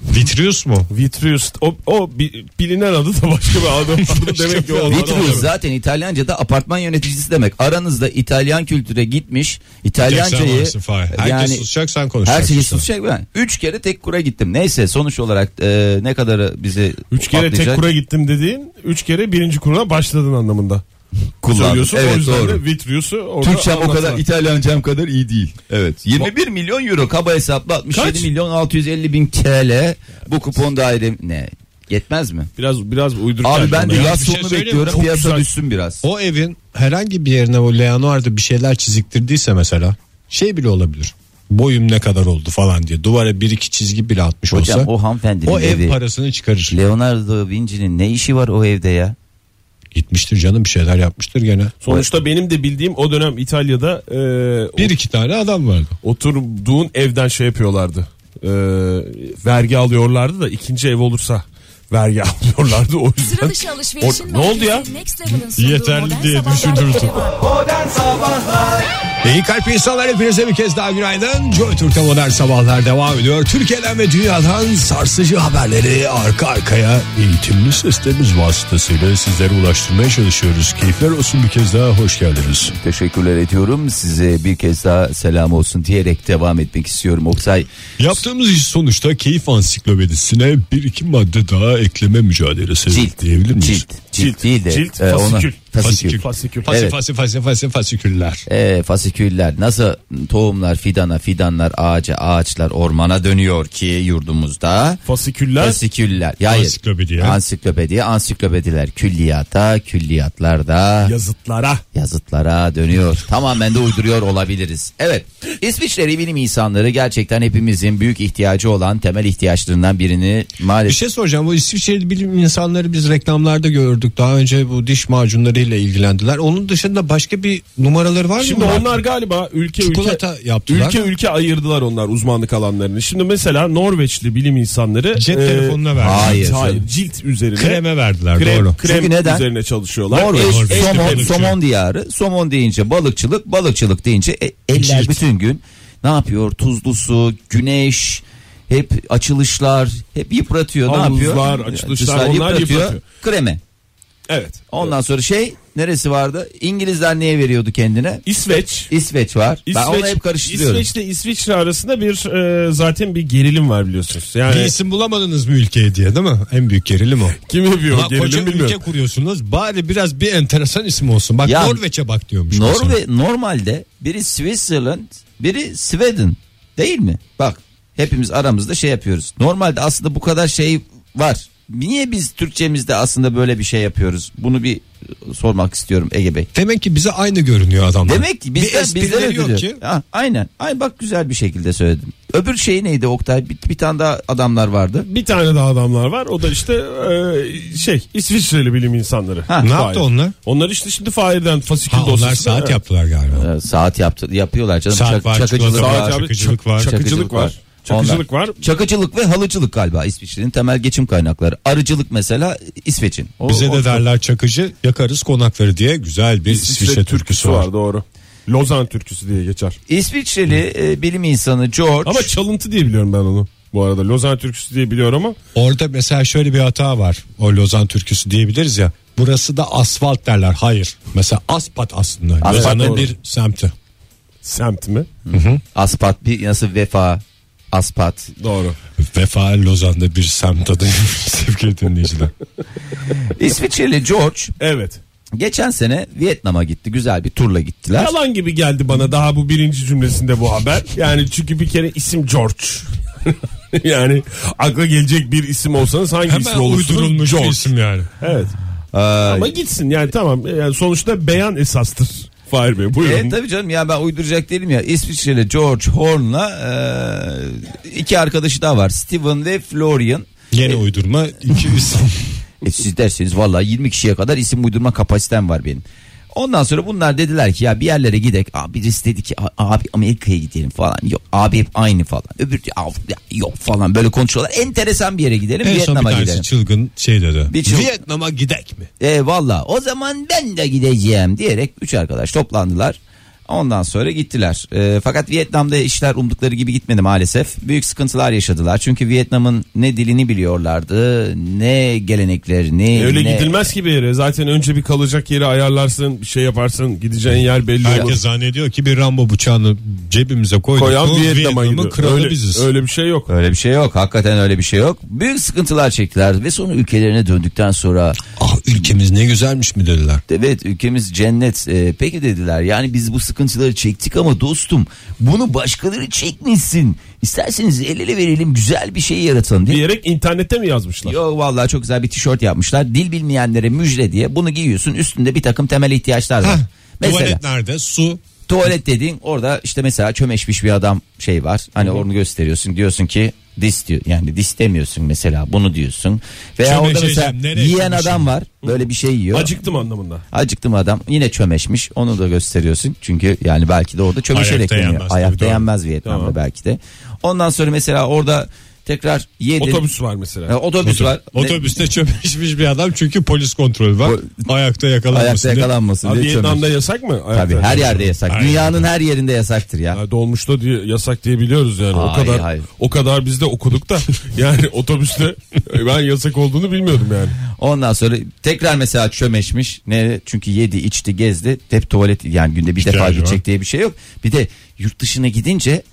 Vitruvius mu? Vitruvius. O bilinen adı da başka bir adam. Demek ki o. Vitruvius zaten İtalyanca'da apartman yöneticisi demek. Aranızda İtalyan kültüre gitmiş, İtalyancayı herkes susacak, sen konuşacaksın. Herkes susacak. Ben 3 kere tek kura gittim. Neyse, sonuç olarak ne kadarı bizi 3 kere patlayacak? Tek kura gittim dediğin 3 kere birinci kuruna başladın anlamında. Kullandım. Evet, o yüzden doğru. de Vitruvius'u orada Türkçem o kadar, anlatılan. İtalyancam kadar iyi değil. Evet. 21 milyon euro kaba hesapla 67 Kaç? milyon 650 bin TL bu kupon daire ne? Yetmez mi? Biraz uyduruk. Abi ben de ya. yaz Bir şey sonunu söyleyeyim mi? bekliyorum. Çok Piyasa güzel. düşsün biraz. O evin herhangi bir yerine o Leonardo bir şeyler çiziktirdiyse mesela şey bile olabilir. Boyum ne kadar oldu falan diye. Duvara bir iki çizgi bile atmış Hocam olsa. o hanımefendinin O ev evi. parasını çıkarır. Leonardo Vinci'nin ne işi var o evde ya? Gitmiştir canım, bir şeyler yapmıştır gene. Sonuçta benim de bildiğim o dönem İtalya'da Bir iki tane adam vardı. oturduğun evden şey yapıyorlardı. Vergi alıyorlardı da ikinci ev olursa vergi alıyorlardı, o yüzden. Sıra dışı alışverişin Ne oldu ya? Next Level'ın sunduğu Yeterli Modern diye Sabahlar düşündürdüm. devam. Modern Sabahlar İyi kalp insanlar, hepinize bir kez daha günaydın. Joy Türk'te modern sabahlar devam ediyor. Türkiye'den ve dünyadan sarsıcı haberleri arka arkaya eğitimli sistemimiz vasıtasıyla sizlere ulaştırmaya çalışıyoruz. Keyifler olsun, bir kez daha hoş geldiniz. Teşekkürler ediyorum. Size bir kez daha selam olsun diyerek devam etmek istiyorum. Oktay, Yaptığımız iş sonuçta keyif ansiklopedisine bir iki madde daha ekleme mücadelesi cilt diyebilir miyiz? Cilt değil de Cilt, ona- fasikül. fasikül. Fasikül. Evet. Fasiküller. Fasiküller nasıl tohumlar fidanlar ağaçlar ormana dönüyor ki yurdumuzda Fasiküller. fasiküller. Ya hayır. Ansiklopediler külliyatlar da yazıtlara dönüyor. Tamamen de uyduruyor olabiliriz. Evet. İsviçreli bilim insanları gerçekten hepimizin büyük ihtiyacı olan temel ihtiyaçlarından birini Bir maalesef. şey soracağım, bu İsviçreli bilim insanları biz reklamlarda gördük. Daha önce bu diş macunlarıyla ilgilendiler. Onun dışında başka bir numaraları var mı? Şimdi onlar galiba Çikolata yaptılar. ülke ayırdılar onlar uzmanlık alanlarını. Şimdi mesela Norveçli bilim insanları Cep telefonuna verdiler. Hayır. Cilt üzerine Kreme verdiler, doğru. krem Çünkü neden? üzerine çalışıyorlar. Norveç somon diyarı. Somon deyince balıkçılık deyince eller Cilt. bütün gün ne yapıyor? Tuzlu su, güneş, hep açılışlar, hep yıpratıyor. Ne Havuzlar, yapıyor? açılışlar, onlar yıpratıyor. Kreme. Evet. Ondan sonra neresi vardı? İngilizler neye veriyordu kendine? İsveç var. Ben onu hep karıştırıyorum. İsveç'te İsviçre arasında bir zaten bir gerilim var biliyorsunuz. Yani Bir isim bulamadınız mı ülkeye diye, değil mi? En büyük gerilim o. kim yapıyor Ulan koca gerilim ülke bilmiyorum. kuruyorsunuz, bari biraz bir enteresan isim olsun. Bak Ya, Norveç'e bak diyormuş. mesela. Normalde biri Switzerland, biri Sweden değil mi? Bak hepimiz aramızda şey yapıyoruz. Normalde aslında bu kadar şey var. Niye biz Türkçemizde aslında böyle bir şey yapıyoruz? Bunu bir sormak istiyorum Ege Bey. Demek ki bize aynı görünüyor adamlar. Demek ki bir bizden esprileri yok ki. Aynen. Ay bak güzel bir şekilde söyledim. Öbür şey neydi Oktay? Bir tane daha adamlar vardı. Bir tane daha adamlar var. O da işte İsviçreli bilim insanları. Ha, Ne Fahir. yaptı onlar? Onlar işte şimdi Fahir'den fasikül Ha, onlar dosyasını. saat yaptılar galiba. Saat yapıyorlar canım. Saat var, çakıcılık çikolata var. var, çakıcılık var. Çakıcılık var. Çakıcılık var. Çakıcılık ve halıcılık galiba İsviçre'nin temel geçim kaynakları. Arıcılık mesela İsveç'in. Bize de derler çakıcı, yakarız konakları diye güzel bir İsviçre türküsü var. Doğru. Lozan türküsü diye geçer. İsviçreli bilim insanı George. Ama çalıntı diye biliyorum ben onu. Bu arada Lozan türküsü diye biliyorum ama. Orada mesela şöyle bir hata var. O Lozan türküsü diyebiliriz ya. Burası da asfalt derler. Hayır. Mesela Aspat aslında. Aspat Lozan'ın doğru. bir semti. Semt mi? Aspat bir nasıl vefa Aspat. Doğru. Vefa Lozan'da bir semt adı sevgili dinleyiciler. İsviçreli George Evet. geçen sene Vietnam'a gitti. Güzel bir turla gittiler. Yalan gibi geldi bana daha bu birinci cümlesinde bu haber. Yani çünkü bir kere isim George. Yani akla gelecek bir isim olsanız hangi Hemen isim olursunuz? uydurulmuş George. bir isim yani. Evet. Ama gitsin yani tamam. Yani sonuçta beyan esastır. Fahir Bey buyurun. Tabii canım ya ben uyduracak değilim ya. İsviçreli George Horn'la iki arkadaşı daha var. Steven ve Florian. Yine uydurma iki isim. Siz derseniz vallahi 20 kişiye kadar isim uydurma kapasitem var benim. Ondan sonra bunlar dediler ki ya bir yerlere gidek. Abi birisi dedi ki abi Amerika'ya gidelim falan. Yok abi hep aynı falan. Öbür yok falan böyle konuşuyorlar. Enteresan bir yere gidelim. En son bir Vietnam'a tanesi gidelim. çılgın şey dedi. Vietnam'a gidek mi? Valla o zaman ben de gideceğim diyerek üç arkadaş toplandılar. Ondan sonra gittiler. Fakat Vietnam'da işler umdukları gibi gitmedi maalesef. Büyük sıkıntılar yaşadılar. Çünkü Vietnam'ın ne dilini biliyorlardı, ne geleneklerini. Öyle ne... gidilmez ki bir yere. Zaten önce bir kalacak yeri ayarlarsın, bir şey yaparsın, gideceğin yer belli olur. Herkes zannediyor ki bir Rambo bıçağını cebimize koyduk. Koyan Vietnam'a gidiyor. Kralı biziz. Öyle bir şey yok. Öyle bir şey yok. Hakikaten öyle bir şey yok. Büyük sıkıntılar çektiler ve sonra ülkelerine döndükten sonra Ülkemiz ne güzelmiş mi dediler. evet ülkemiz cennet. Peki dediler, yani biz bu sıkıntıları çektik ama dostum bunu başkaları çekmesin. İsterseniz el ele verelim, güzel bir şey yaratalım diye. Diyerek internette mi yazmışlar? Yok vallahi çok güzel bir tişört yapmışlar. Dil bilmeyenlere müjde diye. Bunu giyiyorsun, üstünde bir takım temel ihtiyaçlar var. Mesela Tuvalet nerede? Su. tuvalet dediğin orada işte mesela çömeşmiş bir adam şey var. Hani onu gösteriyorsun, diyorsun ki dis diyor. Yani dis demiyorsun mesela, bunu diyorsun. Veya orada mesela yiyen adam var. Böyle bir şey yiyor. Acıktım anlamında. Acıktım adam. Yine çömeşmiş. Onu da gösteriyorsun. Çünkü yani belki de orada çömeşerek yeniyor. Ayakta yenmez Vietnam'da tamam. Belki de. Ondan sonra mesela orada tekrar yedin. Otobüs var mesela. Otobüs var. Otobüste çömeşmiş bir adam çünkü polis kontrolü var. Ayakta yakalanmasın. Abi Vietnam'da yasak mı? Tabii her yerde yasak. Her Dünyanın yerde. her yerinde yasaktır ya. Yani dolmuşta diye yasak diye biliyoruz yani. Hayır. O kadar biz de okuduk da yani otobüste ben yasak olduğunu bilmiyordum yani. Ondan sonra tekrar mesela çömeşmiş. Ne? Çünkü yedi, içti, gezdi. Hep tuvalet, yani günde bir defa gidecek diye bir şey yok. Bir de yurt dışına gidince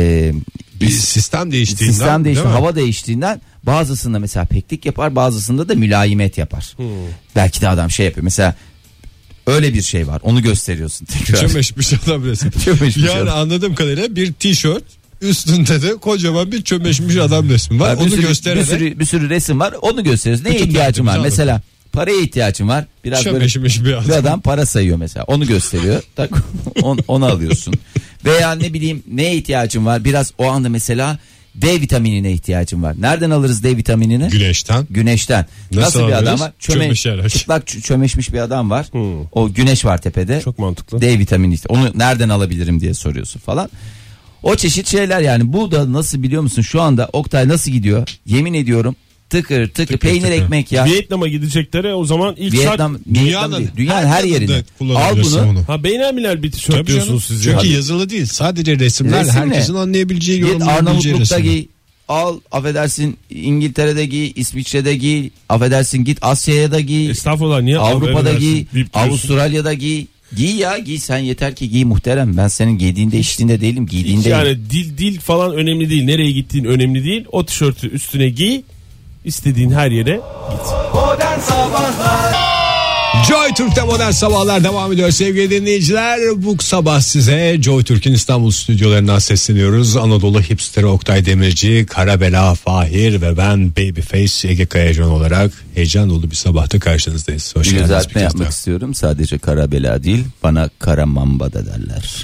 bir sistem değiştiğinden, hava değiştiğinden bazısında mesela peklik yapar, bazısında da mülayimet yapar. Belki de adam şey yapıyor mesela, öyle bir şey var, onu gösteriyorsun tekrar. Çömeşmiş adam resmi. Yani anladığım kadarıyla bir tişört, üstünde de kocaman bir çömeşmiş adam resmi var. Yani onu göstererek bir sürü resim var, onu gösteriyorsun. Neye ihtiyacın var? Mesela paraya ihtiyacın var. Biraz çömeşmiş böyle bir adam para sayıyor mesela. Onu gösteriyor. Tak, onu alıyorsun. Veya ne bileyim neye ihtiyacın var? Biraz o anda mesela D vitaminine ihtiyacın var. Nereden alırız D vitaminini? Güneşten. Nasıl bir adam var? Çıplak çömeşmiş bir adam var. O güneş var tepede. Çok mantıklı. D vitamini işte. Onu nereden alabilirim diye soruyorsun falan. O çeşit şeyler yani. Bu da nasıl biliyor musun? Şu anda Oktay nasıl gidiyor? Yemin ediyorum. Tıkır peynir ekmek ya. Vietnam'a gideceklere o zaman ilk dünyanın her yerinde. Al bunu. Ha beynelmiler bir tişört diyorsunuz siz. Çünkü yazılı değil. Sadece resimler, herkesin anlayabileceği, yorumlayabileceği Arnavutluk'ta giy. Al, affedersin İngiltere'de giy, İsviçre'de giy, affedersin git Asya'ya da giy. Estağfurullah, niye Avrupa'da giy, Avustralya'da giy. Giy ya, giy sen, yeter ki giy muhterem. Ben senin giydiğinde içtiğinde değilim, giydiğinde. Yani dil falan önemli değil. Nereye gittiğin önemli değil. O tişörtü üstüne giy. İstediğin her yere git. Modern Sabahlar. Joy Türk'te Modern Sabahlar devam ediyor sevgili dinleyiciler. Bu sabah size Joy Türk'ün İstanbul stüdyolarından sesleniyoruz. Anadolu hipsteri Oktay Demirci, Karabela Fahir ve ben Babyface Ege Kayacan olarak heyecan dolu bir sabahta karşınızdayız. Hoş geldiniz. Düzeltme yapmak istiyorum. Sadece Karabela değil, bana Karamamba da derler.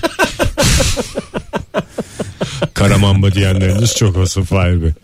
Karamamba diyenleriniz çok olsun Fahir Bey.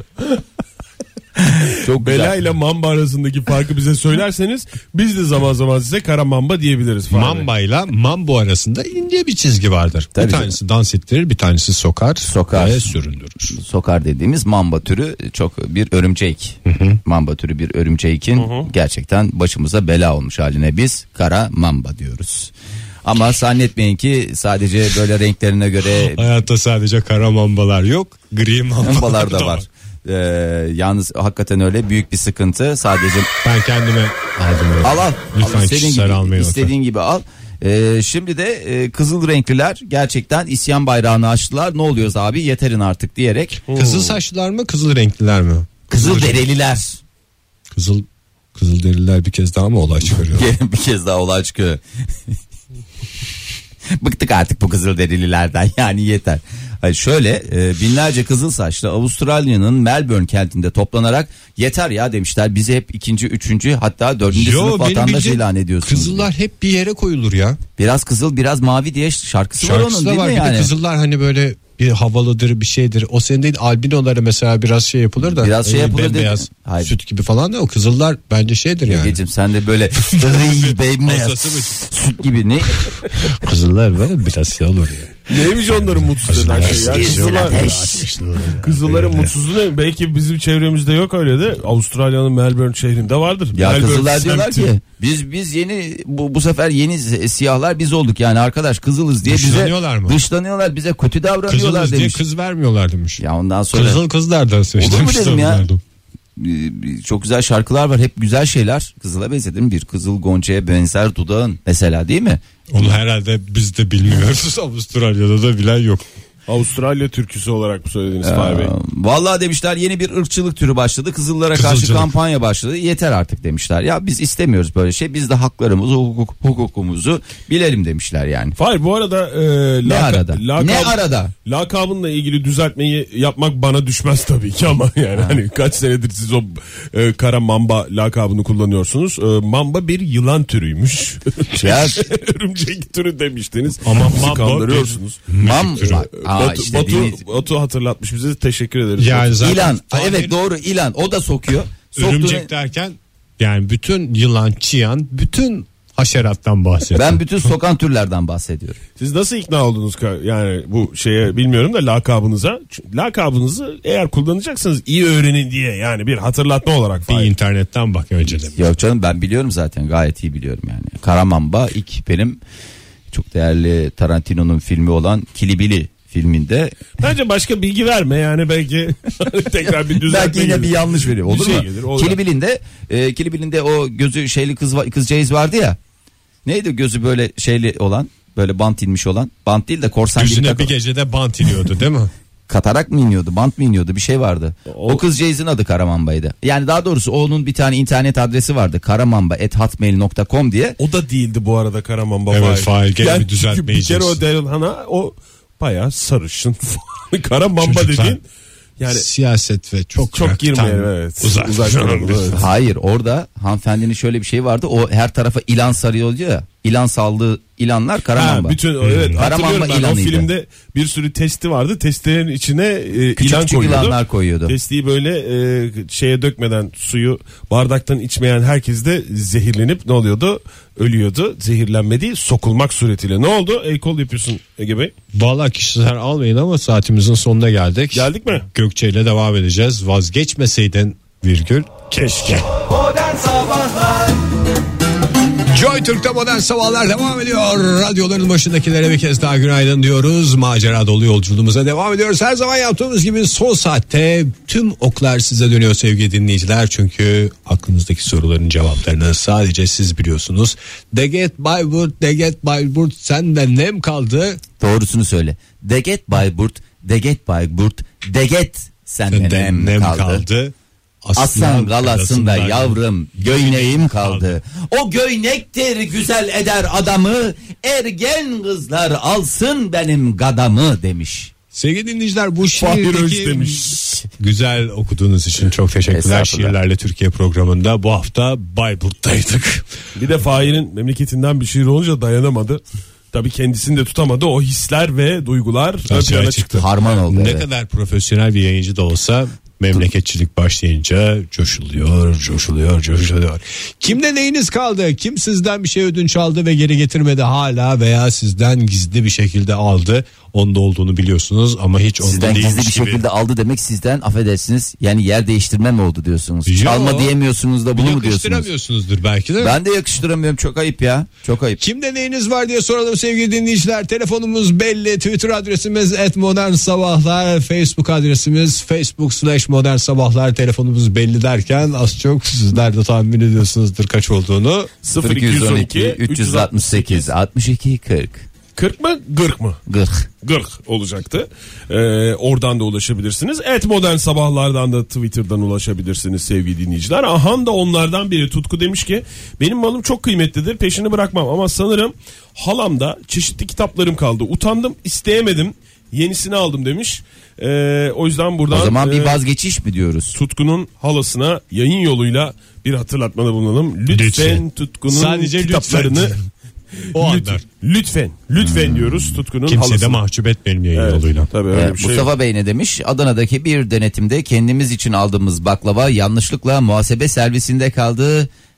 Çok Bela ile mamba arasındaki farkı bize söylerseniz biz de zaman zaman size kara mamba diyebiliriz. Mamba ile mambo arasında ince bir çizgi vardır. Tabii bir tanesi dans ettirir, bir tanesi sokar ve süründürür. Sokar dediğimiz mamba türü çok bir örümcek. Mamba türü bir örümcekin gerçekten başımıza bela olmuş haline biz kara mamba diyoruz. Ama zannetmeyin ki sadece böyle renklerine göre hayatta sadece kara mambalar yok, gri mambalar da var. Yalnız hakikaten öyle büyük bir sıkıntı. Sadece ben kendime al lütfen istediğin gibi al. Şimdi de kızıl renkliler gerçekten isyan bayrağını açtılar. Ne oluyoruz abi, yeterin artık diyerek. Kızıl saçlılar mı, kızıl renkliler mi? Kızıl dereliler. Kızıl deriler bir kez daha mı olay çıkarıyor? Bir kez daha olay çıkıyor. Bıktık artık bu kızıl derililerden, yani yeter. Hayır, şöyle binlerce kızıl saçlı Avustralya'nın Melbourne kentinde toplanarak yeter ya demişler. Bizi hep 2. 3. hatta 4. sınıf vatandaş ilan ediyorsunuz. Kızıllar hep bir yere koyulur ya. Biraz kızıl biraz mavi diye şarkısı var onun, değil mi yani? Bir de kızıllar hani böyle bir havalıdır, bir şeydir. O senin değil, albinoları mesela biraz şey yapılır da. Biraz şey yapılır beyaz süt gibi falan da, o kızıllar bence şeydir yani. Egeciğim sen de böyle beyaz süt gibi ne? Kızıllar böyle biraz şey olur ya. Neymiş onların mutsuz eden şey ya? Kızılların mutsuzluğu belki bizim çevremizde yok öyle de Avustralya'nın Melbourne şehrinde vardır. Ya Melbourne kızıllar diyorlar semti. ki biz yeni bu sefer yeni siyahlar biz olduk yani arkadaş kızılız diye Dışlanıyorlar mı? Dışlanıyorlar bize kötü davranıyorlar Kızılız diye demiş. kız vermiyorlar demiş. Ya ondan sonra Kızlardan seçtim. olur mu dedim ya. Çok güzel şarkılar var hep güzel şeyler. Kızıla benzedim bir kızıl goncaya benzer dudağın mesela değil mi? Onu herhalde biz de bilmiyoruz. Avustralya'da da bilen yok. Avustralya türküsü olarak mı söylediniz Fahri Bey? Vallahi demişler yeni bir ırkçılık türü başladı. Kızıllara karşı Kızılcılık. kampanya başladı. Yeter artık demişler. Ya biz istemiyoruz böyle şey. Biz de haklarımızı, hukukumuzu bilelim demişler yani. Fahri bu arada Ne arada? lakabınla ilgili düzeltmeyi yapmak bana düşmez tabii ki ama yani hani kaç senedir siz o kara mamba lakabını kullanıyorsunuz. Mamba bir yılan türüymüş. Ya Örümcek türü demiştiniz. Ama bizi mamba kandırıyorsunuz. Batu hatırlatmış bize, teşekkür ederiz. Yani zaten İlan. Fahir, Evet doğru ilan. O da sokuyor. örümcek derken yani bütün yılan, çıyan, bütün haşerattan bahsediyor. Ben bütün sokan türlerden bahsediyorum. Siz nasıl ikna oldunuz yani bu şeye bilmiyorum da lakabınıza? Lakabınızı eğer kullanacaksanız iyi öğrenin diye yani bir hatırlatma olarak. Bir internetten bak önce de. Yok canım ben biliyorum zaten gayet iyi biliyorum yani. Karamamba ilk benim çok değerli Tarantino'nun filmi olan Kill Bill'i filminde. Bence başka bilgi verme yani belki tekrar bir düzeltme Belki yine bir yanlış veriyor. Olur şey mu? gelir, Kill Bill'inde o gözü şeyli kızcağız vardı ya. Neydi gözü böyle şeyli olan, böyle bant inmiş olan. Bant değil de korsan gibi Yüzüne bir gecede bant iniyordu değil mi? Katarak mı iniyordu, bant mı iniyordu bir şey vardı. O kızcağızın adı Karamamba'ydı. Yani daha doğrusu onun bir tane internet adresi vardı. karamamba@hotmail.com diye. O da değildi bu arada Karamamba. Evet Fahir gene bir düzeltme çünkü bir kere o Daryl Hannah o bayağı sarışın. Karamamba Çocuklar. dediğin yani siyaset ve çok girmeyelim evet. Uzak duralım, evet. Hayır orada hanımefendinin şöyle bir şey vardı. O her tarafa ilan sarıyor diyor ya. İlan saldığı ilanlar Karamamba. Bütün evet Karamamba hatırlıyorum ben o ilanıydı. filmde bir sürü testi vardı. Testlerin içine Küçük ilan küçük koyuyordu. ilanlar koyuyordu. Testiyi böyle şeye dökmeden suyu bardaktan içmeyen herkes de zehirlenip ne oluyordu? Ölüyordu. Zehirlenme değil sokulmak suretiyle. Ne oldu? El kol yapıyorsun Ege Bey. Vallahi kişiler almayın ama saatimizin sonuna geldik. Geldik mi? Gökçe ile devam edeceğiz. Vazgeçmeseydin virgül keşke. Modern Sabahlar Joy Türk'te Modern Sabahlar devam ediyor. Radyoların başındakilere bir kez daha günaydın diyoruz. Macera dolu yolculuğumuza devam ediyoruz. Her zaman yaptığımız gibi son saatte tüm oklar size dönüyor sevgili dinleyiciler. Çünkü aklınızdaki soruların cevaplarını sadece siz biliyorsunuz. Deget Bayburt, Deget Bayburt senden nem kaldı? Doğrusunu söyle. Deget Bayburt, Deget Bayburt, Deget senden nem kaldı. Aslan galasında yavrum göğneğim kaldı. O göynektir güzel eder adamı. Ergen kızlar alsın benim gadamı demiş. Sevgili dinleyiciler bu Fahir Öz şiirdeki demiş. güzel okuduğunuz için çok teşekkürler. Estağfurullah. Şiirlerle Türkiye programında bu hafta Bayburt'taydık. Bir de Fahir'in memleketinden bir şiir olunca dayanamadı. Tabii kendisini de tutamadı. O hisler ve duygular ön plana çıktı. Harman oldu. Ne Evet. kadar profesyonel bir yayıncı da olsa memleketçilik başlayınca coşuluyor. Kimde neyiniz kaldı? Kim sizden bir şey ödünç aldı ve geri getirmedi hala veya sizden gizli bir şekilde aldı? Onda olduğunu biliyorsunuz ama hiç onda Sizden değilmiş gizli bir gibi. şekilde aldı demek sizden affedersiniz yani yer değiştirme mi oldu diyorsunuz? Yo. Çalma diyemiyorsunuz da bunu mu diyorsunuz? Yakıştıramıyorsunuzdur belki de. Ben de yakıştıramıyorum çok ayıp ya çok ayıp. Kimde neyiniz var diye soralım sevgili dinleyiciler. Telefonumuz belli. Twitter adresimiz @modernsabahlar. Facebook adresimiz facebook.com/modernsabahlar. Telefonumuz belli derken az çok sizler de tahmin ediyorsunuzdur kaç olduğunu. 0212 368 62 40 40 mı? 40 mı? 40. 40 olacaktı. Oradan da ulaşabilirsiniz. Modern Sabahlardan da Twitter'dan ulaşabilirsiniz sevgili dinleyiciler. Ahan da onlardan biri. Tutku demiş ki benim malım çok kıymetlidir, peşini bırakmam ama sanırım halamda çeşitli kitaplarım kaldı. Utandım, isteyemedim, yenisini aldım demiş. O yüzden buradan O zaman bir vazgeçiş mi diyoruz? Tutku'nun halasına yayın yoluyla bir hatırlatmada bulunalım. Lütfen Tutku'nun Sadece kitaplarını lütfen. O anlar. Lütfen diyoruz Tutku'nun Kimse halasına. de mahcup etmeyelim yayın Evet, yoluyla. tabii öyle bir şey. Mustafa Bey ne demiş? Adana'daki bir denetimde kendimiz için aldığımız baklava yanlışlıkla muhasebe servisinde kaldı.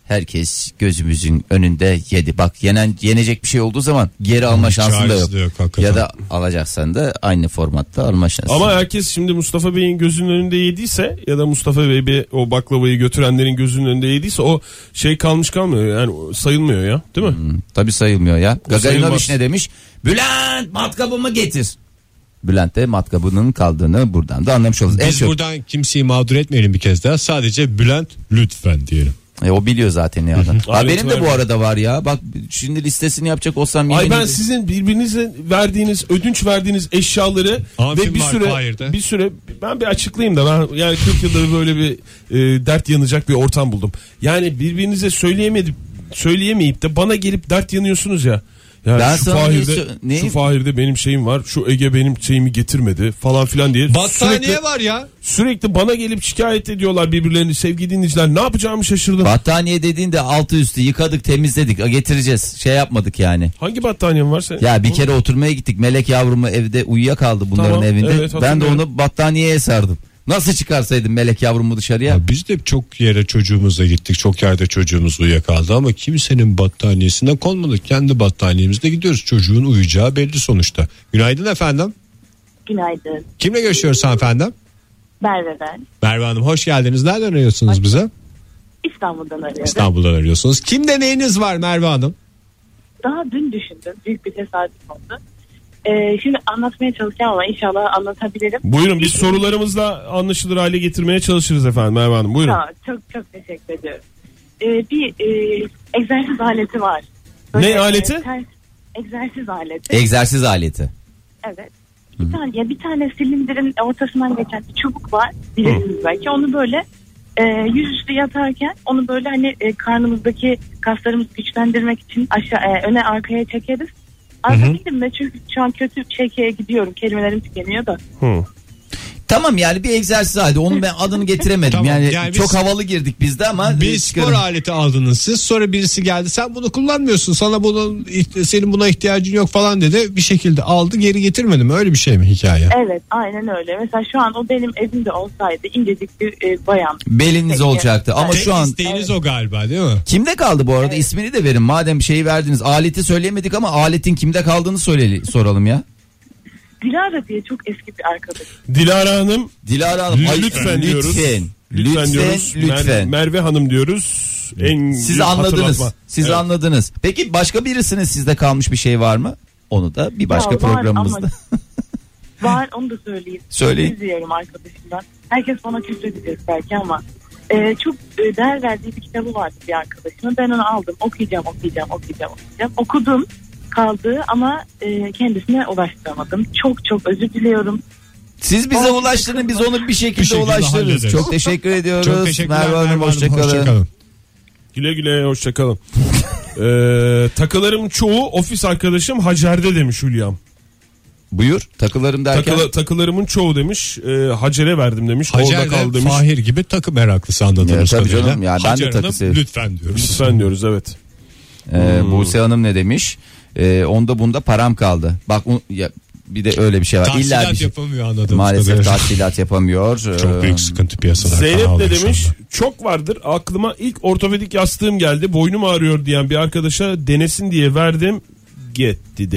herkes gözümüzün önünde yedi. Bak yenecek bir şey olduğu zaman geri alma şansın da yok. Ya da alacaksan da aynı formatta alma şansın. Ama herkes şimdi Mustafa Bey'in gözünün önünde yediyse ya da Mustafa Bey o baklavayı götürenlerin gözünün önünde yediyse o şey kalmış kalmıyor yani sayılmıyor ya, değil mi? Tabii sayılmıyor ya. Gagarinovic ne demiş? Bülent matkabımı getir. Bülent de matkabının kaldığını buradan da anlamış oluruz. Biz buradan kimseyi mağdur etmeyelim bir kez daha. Sadece Bülent lütfen diyelim. O biliyor zaten ne adam. Benim de bu var. arada var ya. Bak şimdi listesini yapacak olsam. Ay ben sizin birbirinize verdiğiniz, ödünç verdiğiniz eşyaları ve bir süre ben bir açıklayayım da ben yani 40 yıldır böyle bir dert yanacak bir ortam buldum. Yani birbirinize söyleyemeyip de bana gelip dert yanıyorsunuz ya. Yani ben şu Fahir'de benim şeyim var. Şu Ege benim şeyimi getirmedi falan filan diye. Battaniye var ya. Sürekli bana gelip şikayet ediyorlar birbirlerini sevgili dinleyiciler. Ne yapacağımı şaşırdım. Battaniye dediğinde altı üstü yıkadık temizledik. Getireceğiz. Şey yapmadık yani. Hangi battaniyen var senin? Ya bir kere oturmaya gittik. Melek yavrumu evde uyuyakaldı bunların tamam, evinde. Evet, ben de onu battaniyeye sardım. Nasıl çıkarsaydım Melek yavrumu dışarıya? Ya biz de çok yere çocuğumuzla gittik. Çok yerde çocuğumuz uyuyakaldı ama kimsenin battaniyesine konmadık. Kendi battaniyemizde gidiyoruz. Çocuğun uyuyacağı belli sonuçta. Günaydın efendim. Günaydın. Kimle görüşüyoruz efendim? Merve ben. Merve Hanım hoş geldiniz. Nereden arıyorsunuz bize? İstanbul'dan arıyorum. İstanbul'dan arıyorsunuz. Kimde neyiniz var Merve Hanım? Daha dün düşündüm. Büyük bir tesadüf oldu. Şimdi anlatmaya çalışacağım ama inşallah anlatabilirim. Buyurun biz sorularımızla anlaşılır hale getirmeye çalışırız efendim Merve Hanım. Buyurun. Tamam, çok teşekkür ediyorum. Bir egzersiz aleti var. Böyle, ne aleti? Egzersiz aleti. Egzersiz aleti. Evet. Bir tane silindirin ortasından geçen bir çubuk var. Bilirsiniz belki. Onu böyle yüzüstü yatarken onu böyle hani karnımızdaki kaslarımızı güçlendirmek için öne arkaya çekeriz. Anlatabildim mi? Çünkü şu an kötü şeye gidiyorum. Kelimelerim tükeniyor da. Tamam yani bir egzersiz halde. Onun ben adını getiremedim. Tamam, yani çok havalı girdik biz de ama. Bir spor aleti aldınız siz. Sonra birisi geldi. Sen bunu kullanmıyorsun. Senin buna ihtiyacın yok falan dedi. Bir şekilde aldı geri getirmedi mi? Öyle bir şey mi hikaye? Evet aynen öyle. Mesela şu an o benim evimde olsaydı incecik bir bayan. Beliniz olacaktı. Ama Tek şu an. isteğiniz o galiba değil mi? Kimde kaldı bu arada? Evet. İsmini de verin. Madem şeyi verdiniz. Aleti söyleyemedik ama aletin kimde kaldığını soralım ya. Dilara diye çok eski bir arkadaş. Dilara Hanım. Lütfen diyoruz. Lütfen. Merve Hanım diyoruz. Siz anladınız. Siz anladınız. Peki başka birisinin sizde kalmış bir şey var mı? Onu da bir başka programımızda. Var onu da söyleyeyim. Söyleyin. İzliyorum arkadaşımdan. Herkes bana küfredecek belki ama çok değer verdiği bir kitabı vardı bir arkadaşımın. Ben onu aldım. Okuyacağım. Okudum. Kaldı ama kendisine ulaştıramadım. Çok özür diliyorum. Siz bize ulaştırın, biz onu bir şekilde ulaştırırız. Çok teşekkür ediyoruz. Çok teşekkürler Merve Hanım, hoşçakalın. Güle hoşçakalın. Takılarım çoğu ofis arkadaşım Hacer'de demiş Hülyam. Buyur, takılarım derken? Takılarımın çoğu demiş, Hacer'e verdim demiş. Hacer de Fahir gibi takı meraklısı anladığımız kadarıyla. Canım, ya ben de takı seviyorum. Lütfen diyoruz. Lütfen diyoruz, evet. Buse Hanım ne demiş? Onda bunda param kaldı. Bak bir de öyle bir şey var. Tahsilat yapamıyor anladığımız maalesef kadarıyla. tahsilat yapamıyor. Çok büyük sıkıntı piyasada. Zeynep ne demiş? Çok vardır. Aklıma ilk ortopedik yastığım geldi. Boynum ağrıyor diyen bir arkadaşa denesin diye verdim. Gitti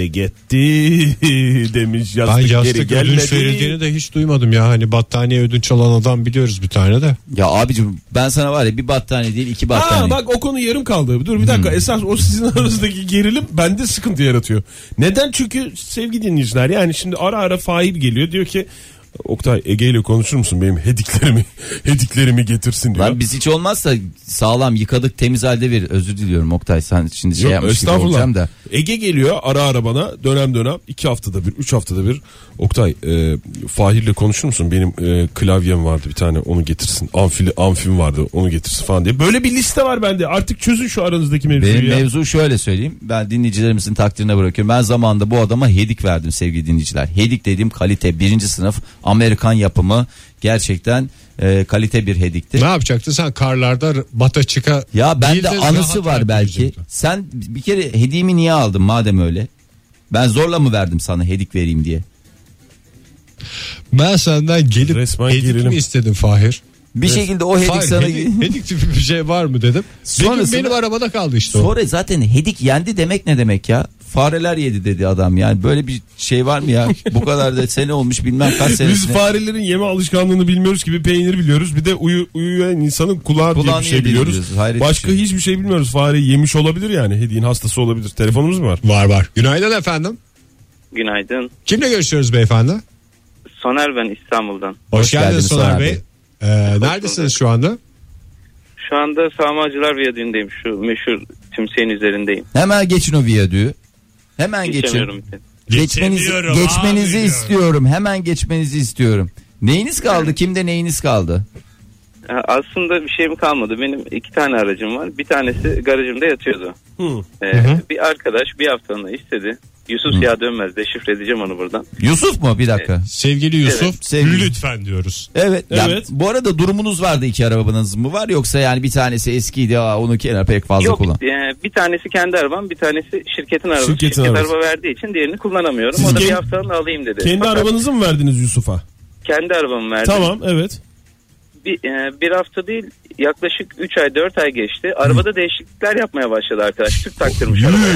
demiş. Ben yastık ödünç verildiğini de hiç duymadım ya. Hani battaniye ödünç alan adam biliyoruz bir tane de. Ya abicim ben sana var ya bir battaniye değil 2 battaniye. Bak o konu yarım kaldı. Dur bir dakika. Esas o sizin aranızdaki gerilim bende sıkıntı yaratıyor. Neden? Çünkü sevgili dinleyiciler yani şimdi ara Fahir geliyor diyor ki Oktay Ege ile konuşur musun benim hediklerimi getirsin diyor. Lan biz hiç olmazsa sağlam yıkadık temiz halde verir. Özür diliyorum Oktay sen şimdi şey yapmış gibi olacağım da. Ege geliyor ara bana dönem 2 haftada bir 3 haftada bir Oktay Fahir'le konuşur musun benim klavyem vardı bir tane onu getirsin amfim vardı onu getirsin falan diye. Böyle bir liste var bende artık çözün şu aranızdaki mevzuyu. Benim mevzu şöyle söyleyeyim ben dinleyicilerimizin takdirine bırakıyorum. Ben zamanında bu adama hedik verdim sevgili dinleyiciler. Hedik dediğim kalite 1. sınıf Amerikan yapımı gerçekten kalite bir hedikti. Ne yapacaktın sen karlarda bata çıka? Ya bende anısı var belki. Sen bir kere hediyemi niye aldın madem öyle? Ben zorla mı verdim sana hedik vereyim diye? Ben senden gelip resmen hedik mi istedim Fahir? Bir şekilde o hedik sana... Hedik tipi bir şey var mı dedim. Benim arabada kaldı işte o. Sonra zaten hedik yendi demek ne demek ya? Fareler yedi dedi adam, yani böyle bir şey var mı ya? Bu kadar da sene olmuş, bilmem kaç senesine. Biz farelerin yeme alışkanlığını bilmiyoruz ki, bir peynir biliyoruz, bir de uyuyan insanın kulağı diye bir şey biliyoruz. Başka hiçbir şey bilmiyoruz. Fareyi yemiş olabilir yani, hediğin hastası olabilir. Telefonumuz mu var? Var. Günaydın efendim. Günaydın. Kimle görüşüyoruz beyefendi? Soner, ben İstanbul'dan. Hoş geldiniz Soner Bey. Neredesiniz şu anda? Şu anda Sağmacılar Viyadüğü'ndeyim. Şu meşhur tümseyin üzerindeyim. Hemen geçin o viyadüğü. Hemen geçin. Geçmenizi istiyorum. Hemen geçmenizi istiyorum. Neyiniz kaldı? Kimde neyiniz kaldı? Aslında bir şeyim kalmadı. Benim 2 tane aracım var. Bir tanesi garajımda yatıyordu. Bir arkadaş bir haftalığına istedi. Yusuf Siyah Dönmez, deşifre edeceğim onu buradan. Yusuf mu? Bir dakika. Sevgili Yusuf, Evet. Sevgili. lütfen diyoruz. Evet. Evet. Bu arada durumunuz vardı, 2 arabanız mı var, yoksa yani bir tanesi eskiydi, onu kenara pek fazla Yok, kullan. bir tanesi kendi arabam, bir tanesi şirketin arabası. Şirketin Şirket arabası. araba verdiği için diğerini kullanamıyorum. Siz O da kendi- bir haftalığına alayım dedi. Kendi Fakat arabanızı mı verdiniz Yusuf'a? kendi arabamı verdim. Tamam, evet. Bir hafta değil, yaklaşık 3 ay 4 ay geçti. Arabada değişiklikler yapmaya başladı arkadaş. Tüp taktırmış arabaya.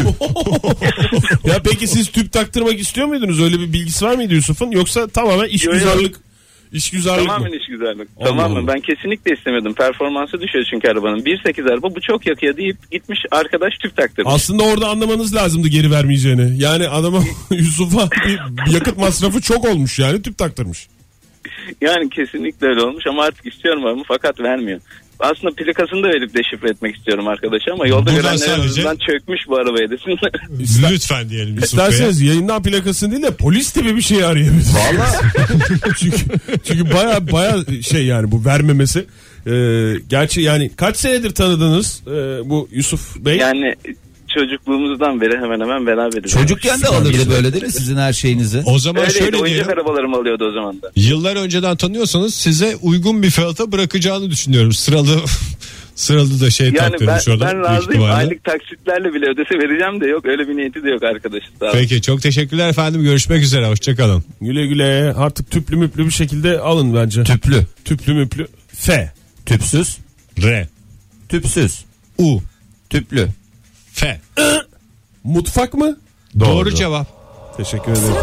Ya peki siz tüp taktırmak istiyor muydunuz? Öyle bir bilgisi var mıydı Yusuf'un? Yoksa tamamen işgüzarlık mı? Tamamen işgüzarlık. Allah Tamamen. Allah. Ben kesinlikle istemiyordum. Performansı düşüyor çünkü arabanın. 1.8 araba, bu çok yakıyor deyip gitmiş arkadaş tüp taktırmış. Aslında orada anlamanız lazımdı geri vermeyeceğini. Yani adama Yusuf'a bir yakıt masrafı çok olmuş, yani tüp taktırmış. Yani kesinlikle öyle olmuş ama artık istiyorum ama fakat vermiyor. Aslında plakasını da verip deşifre etmek istiyorum arkadaşa ama yolda Buradan görenler sadece- arasından çökmüş bu arabaya desinler. Lütfen diyelim Yusuf Bey'e. İsterseniz yayından plakasını değil de polis tipi bir şey arayabilir. Valla. çünkü baya şey yani bu vermemesi. Gerçi yani kaç senedir tanıdınız bu Yusuf Bey? Yani çocukluğumuzdan beri hemen hemen beraberiz. Çocukken de alırdı böyle değil mi sizin her şeyinizi? O zaman Öyleydi, şöyle oyuncak diyelim. arabalarımı alıyordu o zaman da. Yıllar önceden tanıyorsanız size uygun bir fiyata bırakacağını düşünüyorum. Sıralı da şey Yani taktırmış orada. ben büyük razıyım, ihtimalle. aylık taksitlerle bile ödese vereceğim de yok, öyle bir niyeti de yok arkadaşım. Sağ olun. Peki, çok teşekkürler efendim. Görüşmek üzere. Hoşçakalın. Güle güle, artık tüplü müplü bir şekilde alın bence. Tüplü. Tüplü müplü. F. Tüpsüz. R. Tüpsüz. U. Tüplü. F. Mutfak mı? Doğru cevap. Teşekkür ederim.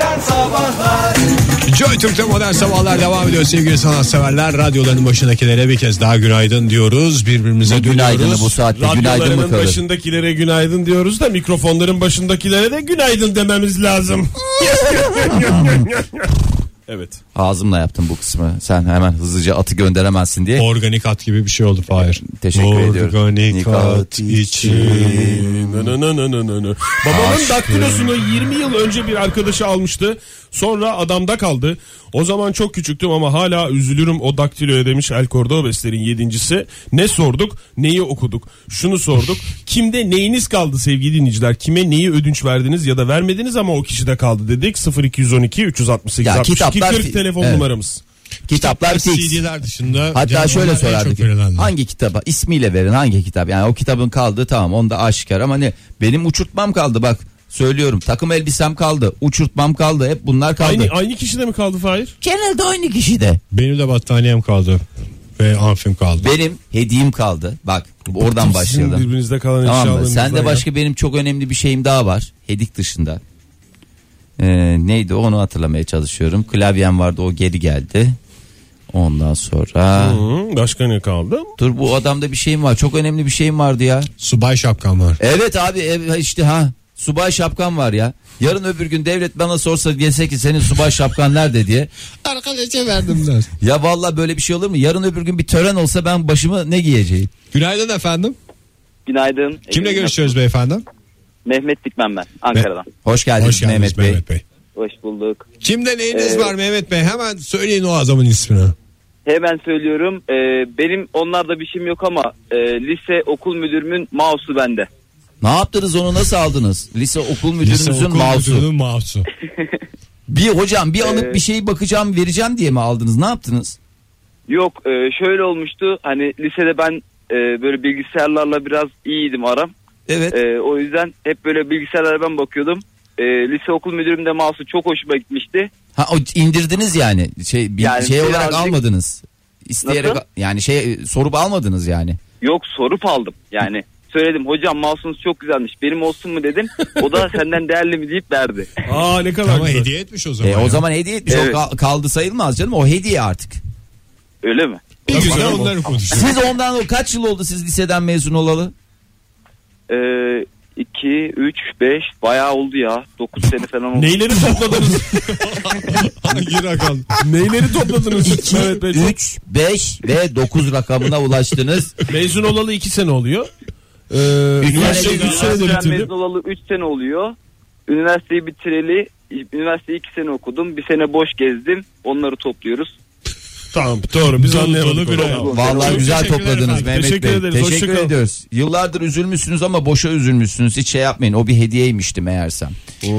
Joy Türk'te Modern Sabahlar devam ediyor sevgili sanatseverler. Radyoların başındakilere bir kez daha günaydın diyoruz. Birbirimize Günaydın'ı dönüyoruz. bu saatte günaydın mı Radyolarının kalır? başındakilere günaydın diyoruz da mikrofonların başındakilere de günaydın dememiz lazım. Evet. Ağzımla yaptım bu kısmı. Sen hemen hızlıca atı gönderemezsin diye. Organik at gibi bir şey oldu Fahir. Teşekkür ediyorum. Organik at için. Babamın daktilosunu 20 yıl önce bir arkadaşı almıştı. Sonra adamda kaldı. O zaman çok küçüktüm ama hala üzülürüm o daktiloya demiş El Cordobes'lerin 7.'si. Ne sorduk? Neyi okuduk? Şunu sorduk. Kimde neyiniz kaldı sevgili dinleyiciler? Kime neyi ödünç verdiniz ya da vermediniz ama o kişide kaldı dedik. 0212 368 Ya 62 kitaplar- 40 telefon Evet. numaramız. Kitaplar fix. CD'ler dışında. Hatta canım, şöyle onlar en sorardık. çok verilenler. Hangi kitaba? İsmiyle verin, hangi kitap? Yani o kitabın kaldığı tamam, onda aşikar ama ne? Benim uçurtmam kaldı bak. Söylüyorum, takım elbisem kaldı, uçurtmam kaldı, hep bunlar kaldı. Aynı kişide mi kaldı Fahir? Genelde aynı kişide. Benim de battaniyem kaldı. Ve amfim kaldı. Benim hediyem kaldı. Bak oradan Sizin başlayalım. birbirinizde kalan Tamam mı? eşyalarınızdan Sen de ya. başka benim çok önemli bir şeyim daha var. Hedik dışında. Neydi onu hatırlamaya çalışıyorum. Klavyem vardı, o geri geldi. Ondan sonra Başka ne kaldı? dur, bu adamda bir şeyim var. Çok önemli bir şeyim vardı ya. Subay şapkam var. Evet abi, işte subay şapkan var ya. Yarın öbür gün devlet bana sorsa, dese ki senin subay şapkan nerede diye. Arkadaşa verdim der. Ya vallahi böyle bir şey olur mu? Yarın öbür gün bir tören olsa ben başıma ne giyeceğim? Günaydın efendim. Günaydın. Kimle görüşüyoruz beyefendi? Mehmet Dikmen ben, Ankara'dan. Hoş geldiniz, Hoş geldiniz Mehmet Bey. Hoş bulduk. Kimde neyiniz var Mehmet Bey? Hemen söyleyin o adamın ismini. Hemen söylüyorum. Benim onlarda bir şeyim yok ama lise okul müdürümün mouse'u bende. Ne yaptınız, onu nasıl aldınız? Lise okul Lise müdürümüzün okul mouse'u. müdürünün mouse'u. Bir hocam bir alıp bir şeyi bakacağım vereceğim diye mi aldınız? Ne yaptınız? Yok, şöyle olmuştu. Hani lisede ben böyle bilgisayarlarla biraz iyiydim aram. Evet. O yüzden hep böyle bilgisayarlara ben bakıyordum. Lise okul müdürüm de mouse'u çok hoşuma gitmişti. Ha, o indirdiniz yani. Yani şey olarak birazcık- almadınız. isteyerek Nasıl? yani sorup almadınız yani. Yok, sorup aldım. Yani söyledim, hocam mouse'unuz çok güzelmiş, benim olsun mu dedim. O da senden değerli mi deyip verdi. Aa, ne kadar Ama güzel. hediye etmiş o zaman. O zaman hediye etmiş. Evet. O kaldı sayılmaz canım. O hediye artık. Öyle mi? Bir güzel onları konuşuyor. Siz ondan kaç yıl oldu siz liseden mezun olalı? 2, 3, 5 bayağı oldu ya. 9 sene falan oldu. Neyleri topladınız? Hangi rakam? Neyleri topladınız? Evet, 3, 5 ve 9 rakamına ulaştınız. Mezun olalı 2 sene oluyor. Üniversite 3 senede bitirdim. Mezun olalı 3 sene oluyor. Üniversiteyi bitireli, üniversiteyi 2 sene okudum. Bir sene boş gezdim. Onları topluyoruz. Tamam, doğru, biz anlayamadık. bir hayat. Vallahi Çok güzel teşekkürler topladınız efendim. Mehmet Teşekkür Bey. ederiz, Teşekkür hoşça kalın. ediyoruz. Yıllardır üzülmüşsünüz ama boşa üzülmüşsünüz. Hiç yapmayın. O bir hediyeymişti meğersem.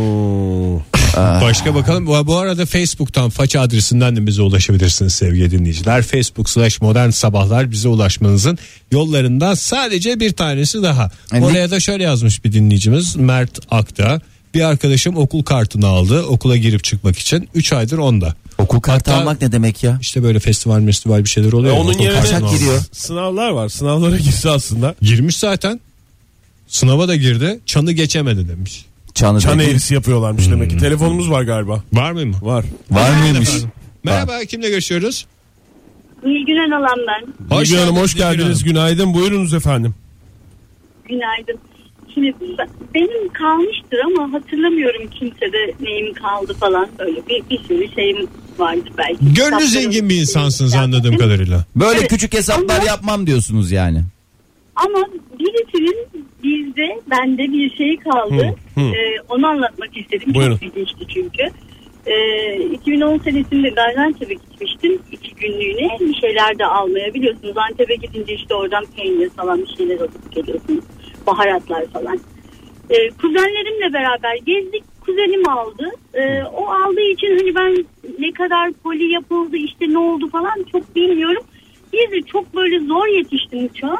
Başka bakalım. Bu arada Facebook'tan faça adresinden de bize ulaşabilirsiniz sevgili dinleyiciler. Facebook/Modern Sabahlar bize ulaşmanızın yollarından sadece bir tanesi daha. Yani Oraya da şöyle yazmış bir dinleyicimiz Mert Akta. Bir arkadaşım okul kartını aldı okula girip çıkmak için 3 aydır onda. Okul kartı Hatta- almak ne demek ya? İşte böyle festival bir şeyler oluyor. Onun Okul yerine kartını kaçak aldı. giriyor. Sınavlar var. Sınavlara girse aslında. Girmiş zaten. Sınava da girdi. Çanı geçemedi demiş. Çan Çan eğrisi yapıyorlarmış demek ki. Telefonumuz var galiba. Var mı? Var. var mıymış? Merhaba, kimle görüşüyoruz? Nilgün Alan ben. Hoş Nilgün Hanım, hoş geldiniz, Nilgün geldiniz. Günaydın. Buyurunuz efendim. Günaydın. Şimdi benim kalmıştır ama hatırlamıyorum kimsede neyim kaldı falan, böyle bir sürü şeyim vardı belki. Gönlü zengin bir insansınız anladığım kadarıyla. Böyle Evet, küçük hesaplar ama- yapmam diyorsunuz yani. Ama birisinin bende bir şey kaldı. Onu anlatmak istedim. Buyurun. Çok ilginçti çünkü. 2010 senesinde Gaziantep'e gitmiştim 2 günlüğüne. Bir şeyler de almaya, biliyorsunuz Antep'e gidince işte oradan peynir falan bir şeyler alıp geliyorsunuz. Baharatlar falan. Kuzenlerimle beraber gezdik. Kuzenim aldı. O aldığı için hani ben ne kadar koli yapıldı, işte ne oldu falan çok bilmiyorum. Bir de çok böyle zor yetiştim uçağa.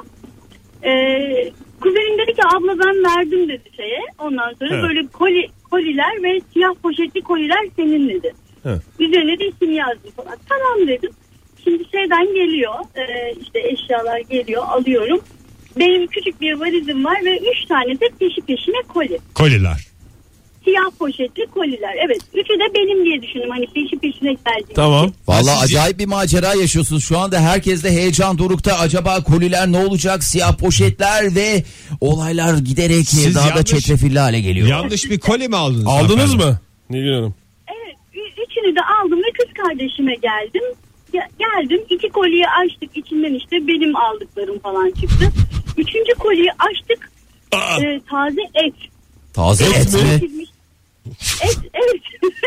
Kuzenim dedi ki abla ben verdim dedi şeye. Ondan sonra Evet. böyle koliler ve siyah poşetli koliler senin dedi. Evet. Üzerine de isim yazdı falan. Tamam dedim. Şimdi şeyden geliyor. İşte eşyalar geliyor, alıyorum. Benim küçük bir valizim var ve 3 tane de peşi peşine koli. Koliler. Siyah poşetli koliler. Evet. Üçü de benim diye düşündüm. Hani peşi peşine geldi. Tamam. Vallahi acayip bir macera yaşıyorsunuz. Şu anda herkes de heyecan dorukta. Acaba koliler ne olacak? Siyah poşetler ve olaylar giderek Siz daha da yanlış- çetrefilli hale geliyor. Yanlış bir koli mi aldınız? Aldınız hanımefendi? mı Nilgün Hanım? Evet. Üçünü de aldım ve kız kardeşime geldim. Geldim. 2 koliyi açtık. İçinden işte benim aldıklarım falan çıktı. 3. koliyi açtık. Taze et. Taze et mi? Evet.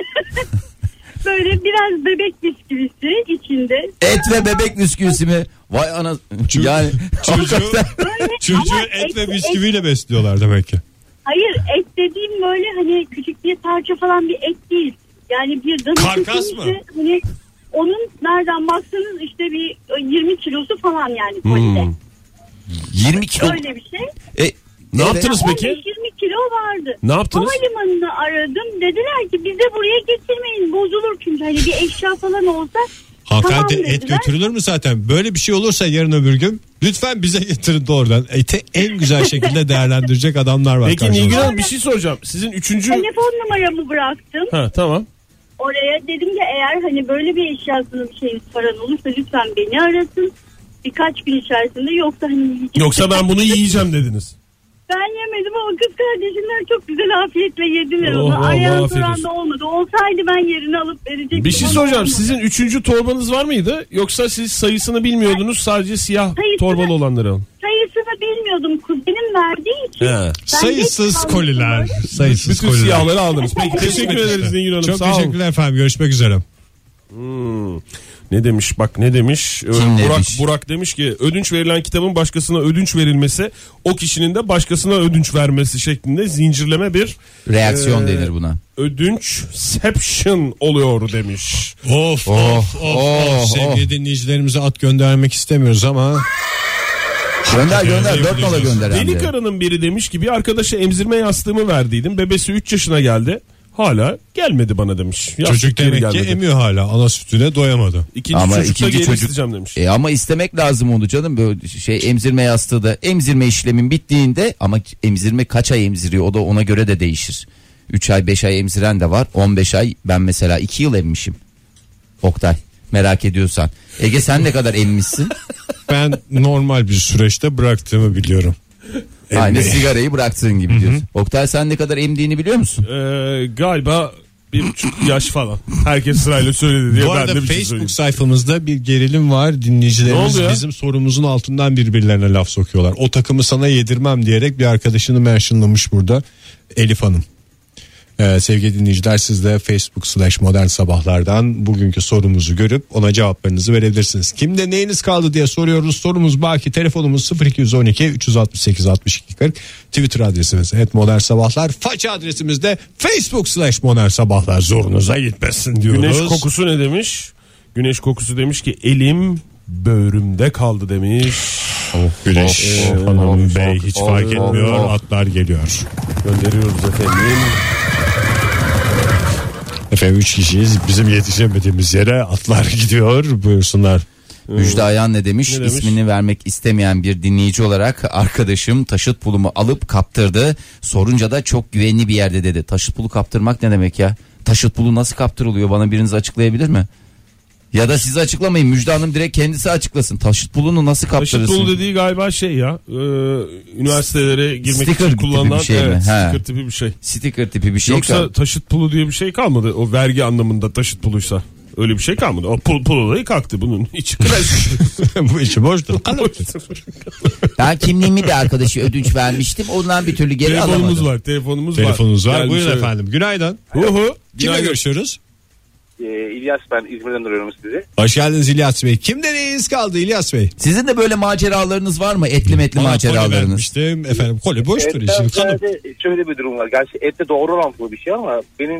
Böyle biraz bebek bisküvisi içinde. Et ve bebek bisküvisi mi? Vay ana. Yani Çocuğu et ve bisküviyle besliyorlar demek ki. Hayır, et dediğim böyle hani küçük bir parça falan bir et değil. Yani bir dana Karkas kesin mı? işte, hani onun nereden baksanız işte bir 20 kilosu falan yani kolide. 20 kilo. Öyle bir şey. Ne yaptınız peki? 15-20 kilo vardı. Ne yaptınız? Havalimanını aradım. Dediler ki bize buraya getirmeyin, bozulur çünkü hani bir eşya falan olsa. Hanımefendi Tamam et dediler. götürülür mü zaten? Böyle bir şey olursa yarın öbür gün lütfen bize getirin doğrudan. Eti en güzel şekilde değerlendirecek adamlar var. Peki karşımızda. Nilgün Hanım, bir şey soracağım. Sizin 3. Telefon numaramı bıraktım. Ha, tamam. Oraya dedim ki eğer hani böyle bir eşyasının bir şeyiniz falan olursa lütfen beni arasın. Birkaç gün içerisinde yoksa hani yiyeceğim. Yoksa ben bunu yiyeceğim dediniz. Ben yemedim ama kız kardeşimler çok güzel afiyetle yediler Oh, onu. Allah Arayan afiyet soran olsun. da olmadı. Olsaydı ben yerini alıp verecektim. Bir şey ama soracağım. olmadı. Sizin 3. torbanız var mıydı? Yoksa siz sayısını bilmiyordunuz, sadece siyah Sayısını- torbalı olanları alın? Sayısını bilmiyordum. Kuzenim verdiği için. He. Ben Sayısız geç koliler. kaldım. Sayısız Bütün koliler. siyahları aldınız. Peki teşekkür ederiz Nilgün Hanım. Çok Sağ olun. teşekkürler efendim. Görüşmek üzere. Ne demiş, bak ne demiş. Kim demiş? Burak demiş ki ödünç verilen kitabın başkasına ödünç verilmesi, o kişinin de başkasına ödünç vermesi şeklinde zincirleme bir Reaksiyon denir buna. ödünçception oluyor demiş. Of of of. Sevgili dinleyicilerimize at göndermek istemiyoruz ama Gönder 4 nala gönder hem Deli de. karının biri demiş ki bir arkadaşa emzirme yastığımı verdiydim. Bebesi 3 yaşına geldi. hala gelmedi bana demiş. Çocuk demek ki emiyor hala, ana sütüne doyamadı. İkinci çocukta geri isteyeceğim demiş. Ama istemek lazım onu canım, böyle emzirme yastığı da, emzirme işlemin bittiğinde, ama emzirme kaç ay emziriyor o da ona göre de değişir. 3 ay 5 ay emziren de var, 15 ay, ben mesela 2 yıl emmişim. Oktay, merak ediyorsan. Ege sen ne kadar emmişsin? Ben normal bir süreçte bıraktığımı biliyorum. Aynı sigarayı bıraktığın gibi diyorsun. Oktay sen ne kadar emdiğini biliyor musun? Galiba 1,5 yaş falan. Herkes sırayla söyledi diye Bu ben arada de bir şey Facebook söyleyeyim. sayfamızda bir gerilim var. Dinleyicilerimiz bizim sorumuzun altından birbirlerine laf sokuyorlar. O takımı sana yedirmem diyerek bir arkadaşını mentionlamış burada Elif Hanım. Sevgili dinleyiciler, siz de Facebook/Modern Sabahlar'dan bugünkü sorumuzu görüp ona cevaplarınızı verebilirsiniz. Kimde neyiniz kaldı diye soruyoruz. Sorumuz baki. Telefonumuz 0212 368 62 40. Twitter adresimiz @modernsabahlar. Faça adresimiz de Facebook/Modern Sabahlar. Zorunuza gitmesin diyoruz. Güneş kokusu ne demiş? Güneş kokusu demiş ki elim böğrümde kaldı demiş. Güneş hanım bey hiç fark etmiyor. Atlar geliyor. Gönderiyoruz efendim. Efendim 3 kişiyiz. Bizim yetişemediğimiz yere atlar gidiyor. Buyursunlar. Müjde Ayan ne demiş? İsmini vermek istemeyen bir dinleyici olarak, arkadaşım taşıt pulumu alıp kaptırdı. Sorunca da çok güvenli bir yerde dedi. Taşıt pulu kaptırmak ne demek ya? Taşıt pulu nasıl kaptırılıyor? Bana biriniz açıklayabilir mi? Ya da siz açıklamayın. Müjde Hanım direkt kendisi açıklasın. Taşıt pulunu nasıl kaptırırsın? Taşıt pulu dediği galiba üniversitelere girmek sticker için kullanılan bir şey mi? sticker tipi bir şey. Sticker tipi bir şey. Yoksa taşıt pulu diye bir şey kalmadı. O vergi anlamında taşıt puluysa. Öyle bir şey kalmadı. O pul olayı kalktı. Bunun içi klasik. Bu içi boştur. Ben kimliğimi de arkadaşı ödünç vermiştim. Ondan bir türlü geri alamadım. Telefonumuz var. Buyurun efendim. Günaydın. Kimle görüşüyoruz? İlyas, ben İzmir'den arıyorum sizi. Hoş geldiniz İlyas Bey. Kimde neyiniz kaldı İlyas Bey? Sizin de böyle maceralarınız var mı? Etli metli maceralarınız. Efendim koli boştur. Şöyle bir durum var. Gerçi ette doğru orantılı bir şey ama benim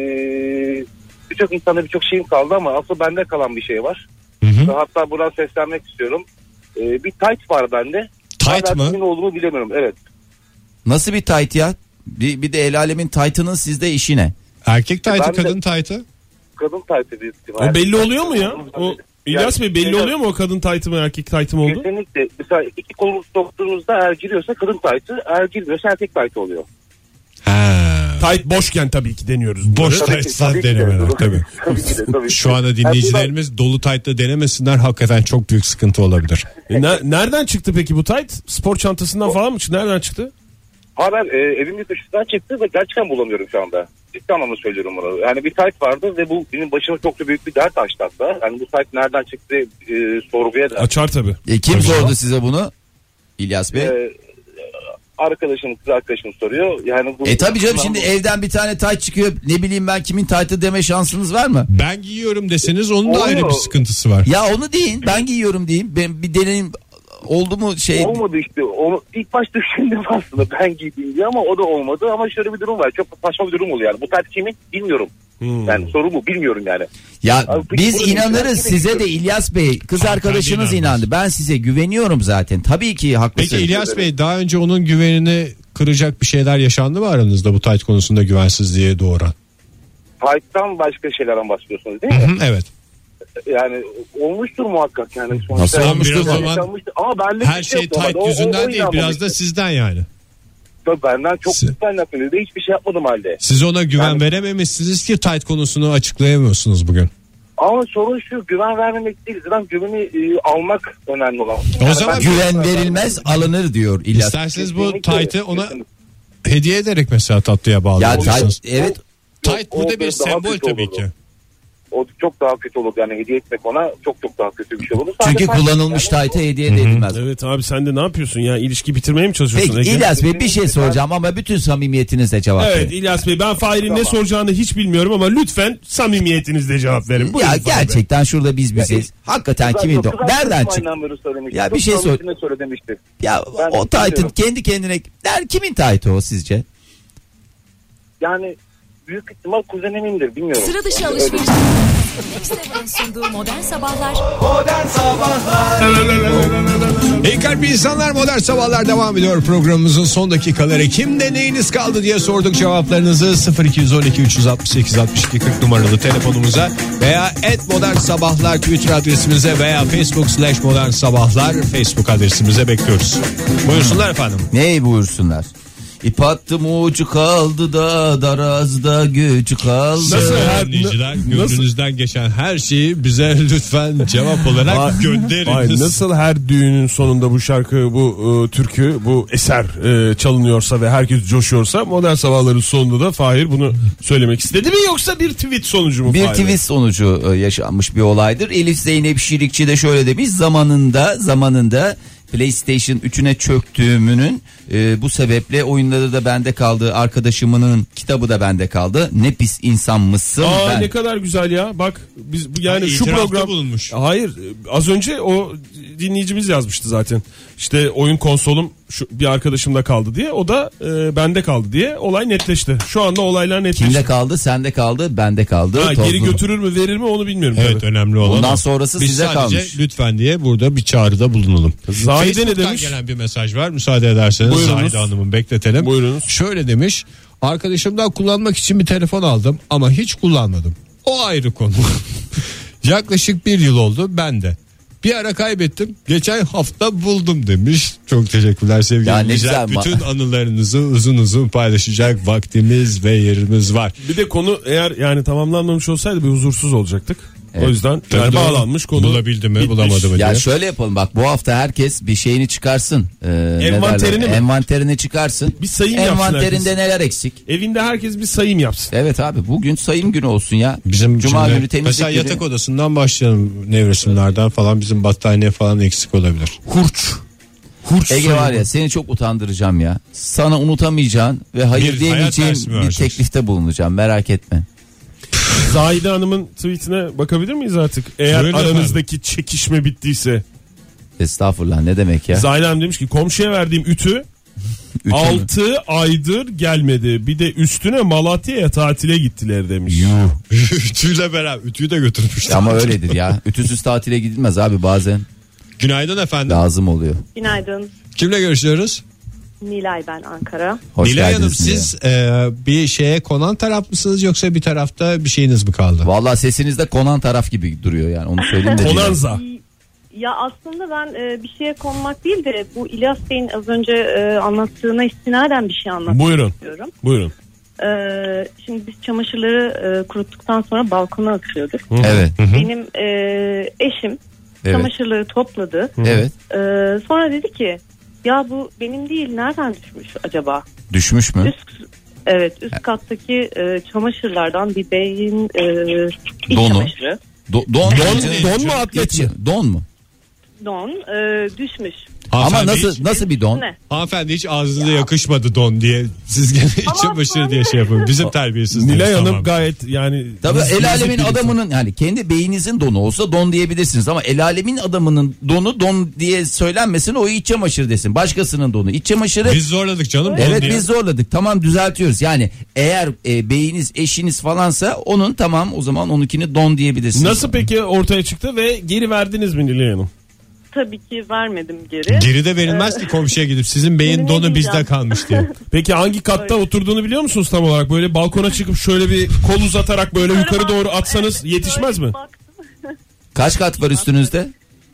birçok insanda birçok şeyim kaldı ama asıl bende kalan bir şey var. Hatta buradan seslenmek istiyorum. Bir tight var bende. Tight mı? Kimin olduğunu bilemiyorum. Evet. Nasıl bir tight ya? Bir de el alemin tight'ının sizde işi ne? Erkek tight'ı, kadın tight'ı? Kadın tight'ı büyük ihtimalle. O belli oluyor mu ya? O İlyas Bey belli oluyor mu o kadın tight'ı mı erkek tight'ı mı oldu? Kesinlikle. Mesela iki kolunu soktuğunuzda eğer giriyorsa kadın tight'ı, eğer girmiyorsa erkek tight'ı oluyor. Tight boşken tabii ki deniyoruz. Boş tight'lar denemeler tabii. Şu anda dinleyicilerimiz dolu tight'la denemesinler, hakikaten çok büyük sıkıntı olabilir. Nereden çıktı peki bu tight? Spor çantasından falan mı çıktı? Nereden çıktı? Ben evimin köşesinden çıktı ve gerçekten bulamıyorum şu anda. Ciddi anlamda söylüyorum bunu. Yani bir tight vardı ve bu benim başıma çok da büyük bir dert açtı hatta. Yani bu tight nereden çıktı sorguya da. Açar tabii. Kim sordu size bunu? İlyas Bey? Kız arkadaşım soruyor. Yani bu tabii canım, şimdi evden bir tane tight çıkıyor. Ne bileyim ben kimin tight'ı deme şansınız var mı? Ben giyiyorum deseniz onun da ayrı bir sıkıntısı var. Ya onu deyin, ben giyiyorum diyeyim. Ben bir deneyim. Oldu mu şey? Olmadı işte. İlk başta düşündüm aslında ben giydim diye ama o da olmadı. Ama şöyle bir durum var. Çok saçma bir durum oluyor yani. Bu tight kimin bilmiyorum. Yani soru bu, bilmiyorum yani. Ya biz inanırız size de İlyas Bey. Kız arkadaşınız inandı. Ben size güveniyorum zaten. Tabii ki haklısınız. Peki İlyas Bey, daha önce onun güvenini kıracak bir şeyler yaşandı mı aranızda bu tight konusunda güvensizliğe doğuran? Tight'tan başka şeylerden bahsediyorsunuz değil mi? Evet. Yani olmuştur muhakkak yani. Nasıl olmuştur? Ama her şey tight yüzünden değil, biraz da sizden yani. Tabii benden çok lütfen yapmıyor. Hiçbir şey yapmadım halde. Siz ona güven verememişsiniz ki tight konusunu açıklayamıyorsunuz bugün. Ama sorun şu, güven vermemek değil. Zaten güveni almak önemli olan. O zaman güven verilmez, alınır diyor İlyas. İsterseniz bu tight'ı ona hediye ederek mesela tatlıya bağlayabilirsiniz. Evet. Tight burada bir sembol tabii ki. O çok daha kötü olur yani, hediye etmek ona çok daha kötü bir şey olur. Çünkü kullanılmış tight'a hediye edilmez. Evet abi, sen de ne yapıyorsun ya, ilişki bitirmeye mi çalışıyorsun? Peki İlyas Bey, bir şey soracağım ama bütün samimiyetinizle cevap verin. Evet İlyas Bey, ben Fahir'in ne soracağını hiç bilmiyorum ama lütfen samimiyetinizle cevap verin. Buyurun ya gerçekten şurada biz biziz. Hakikaten kimin de? Nereden çıktı? Ya bir şey sor. Ya o tight'ın kendi kendine kimin tight'ı o sizce? Yani büyük ihtimal kuzenimindir, bilmiyorum. Sıra dışı alışveriş. sunduğu Modern Sabahlar. İyi kalpli insanlar, Modern Sabahlar devam ediyor. Programımızın son dakikaları. Kimde neyiniz kaldı diye sorduk. Cevaplarınızı 0212 368 62 40 numaralı telefonumuza veya @Modern Sabahlar Twitter adresimize veya Facebook/Modern Sabahlar Facebook adresimize bekliyoruz. Buyursunlar efendim. Neyi buyursunlar? İp attım ucu kaldı da darazda gücü kaldı. Dinleyiciler, gönlünüzden geçen her şeyi bize lütfen cevap olarak gönderiniz. Nasıl her düğünün sonunda bu şarkı, bu türkü, bu eser çalınıyorsa ve herkes coşuyorsa, Modern Sabahların sonunda da Fahir bunu söylemek istedi mi, yoksa bir tweet sonucu mu? Bir tweet sonucu yaşanmış bir olaydır. Elif Zeynep Şirikçi de şöyle demiş: zamanında PlayStation 3'üne çöktüğümünün bu sebeple oyunları da bende kaldı. Arkadaşımın kitabı da bende kaldı. Ne pis insanmışsın. Ne kadar güzel ya. Bak biz yani şu program bulunmuş. Hayır, az önce o dinleyicimiz yazmıştı zaten. İşte oyun konsolum bir arkadaşımda kaldı diye, o da bende kaldı diye olay netleşti. Şu anda olaylar netleşti. Kimde kaldı? Sende kaldı, bende kaldı. Geri götürür mü, verir mi onu bilmiyorum. Evet, tabii. Önemli olan. Bundan sonrası biz size kalmış. Biz lütfen diye burada bir çağrıda bulunalım. Zahide ne Facebook'tan demiş? gelen bir mesaj var. Müsaade ederseniz Zahide Hanım'ı bekletelim. Buyurunuz. Şöyle demiş: arkadaşımdan kullanmak için bir telefon aldım ama hiç kullanmadım. O ayrı konu. Yaklaşık 1 yıl oldu, ben de. Bir ara kaybettim, geçen hafta buldum demiş. Çok teşekkürler sevgili dinleyiciler. Bütün anılarınızı uzun uzun paylaşacak vaktimiz ve yerimiz var. Bir de konu eğer yani tamamlanmamış olsaydı bir huzursuz olacaktık. Evet. O yüzden yani bağlanmış konu. Bulabildi mi, bulamadı mı ya diye. şöyle yapalım, bak bu hafta herkes bir şeyini çıkarsın. Envanterini mi? Envanterini çıkarsın. Bir sayım yapsın envanterinde herkes. neler eksik? Evinde herkes bir sayım yapsın. Evet abi, bugün sayım günü olsun ya. Bizim Cuma günü temizlik mesela günü. yatak odasından başlayalım, nevresimlerden falan, bizim battaniye falan eksik olabilir. Hurç Ege sayımı. var ya, seni çok utandıracağım ya. Sana unutamayacağın ve hayır Bir diyemeyeceğin hayat dersi mi bir vereceğiz? teklifte bulunacağım, merak etme. Zahide Hanım'ın tweetine bakabilir miyiz artık? Eğer Öyle aranızdaki çekişme bittiyse. Estağfurullah, ne demek ya? Zahide Hanım demiş ki komşuya verdiğim ütü 6 aydır gelmedi. Bir de üstüne Malatya'ya tatile gittiler demiş. Ütüyle beraber, ütüyü de götürmüşler. Ama öyledir ya. Ütüsüz tatile gidilmez abi, bazen Günaydın efendim. lazım oluyor. Günaydın. Kimle görüşüyoruz? Nilay ben, Ankara. Hoş Nilay Hanım, geldiniz. siz bir şeye konan taraf mısınız, yoksa bir tarafta bir şeyiniz mi kaldı? Vallahi sesinizde konan taraf gibi duruyor yani, onu söyleyeyim de. Konanza. Ya aslında ben bir şeye konmak değil de bu İlyas Bey'in az önce anlattığına istinaden bir şey anlatmak Buyurun. istiyorum. Buyurun. Şimdi biz çamaşırları kuruttuktan sonra balkona atıyorduk. Evet. Benim eşim Evet. çamaşırları topladı. Evet. Sonra dedi ki ya bu benim değil, nereden düşmüş acaba? Düşmüş mü? Üst kattaki çamaşırlardan bir beyin iç Donu. çamaşırı. Don mu, atlet mi? Don mu? Don düşmüş. Ama nasıl bir don? Ne? Hanımefendi, hiç ağzınıza yakışmadı don diye. Siz gene iç çamaşırı diye şey yapın. Bizim terbiyesizliğimiz. Nilay Hanım tamam. gayet yani. Tabii el alemin bir insan. adamının, yani kendi beyninizin donu olsa don diyebilirsiniz ama el alemin adamının donu don diye söylenmesin, o iç çamaşırı desin. Başkasının donu iç çamaşırı. Biz zorladık canım. don Evet diye. biz zorladık, tamam düzeltiyoruz. Yani eğer beyiniz eşiniz falansa onun, tamam o zaman onunkini don diyebilirsiniz. Nasıl peki ortaya çıktı ve geri verdiniz mi Nilay Hanım? Tabii ki vermedim geri. Geri de verilmez ki komşuya gidip sizin beyin Geri donu bizde vermeyeceğim. kalmış diye. Peki hangi katta oturduğunu biliyor musunuz tam olarak? Böyle balkona çıkıp şöyle bir kol uzatarak böyle yukarı doğru atsanız yetişmez mi? Kaç kat var üstünüzde?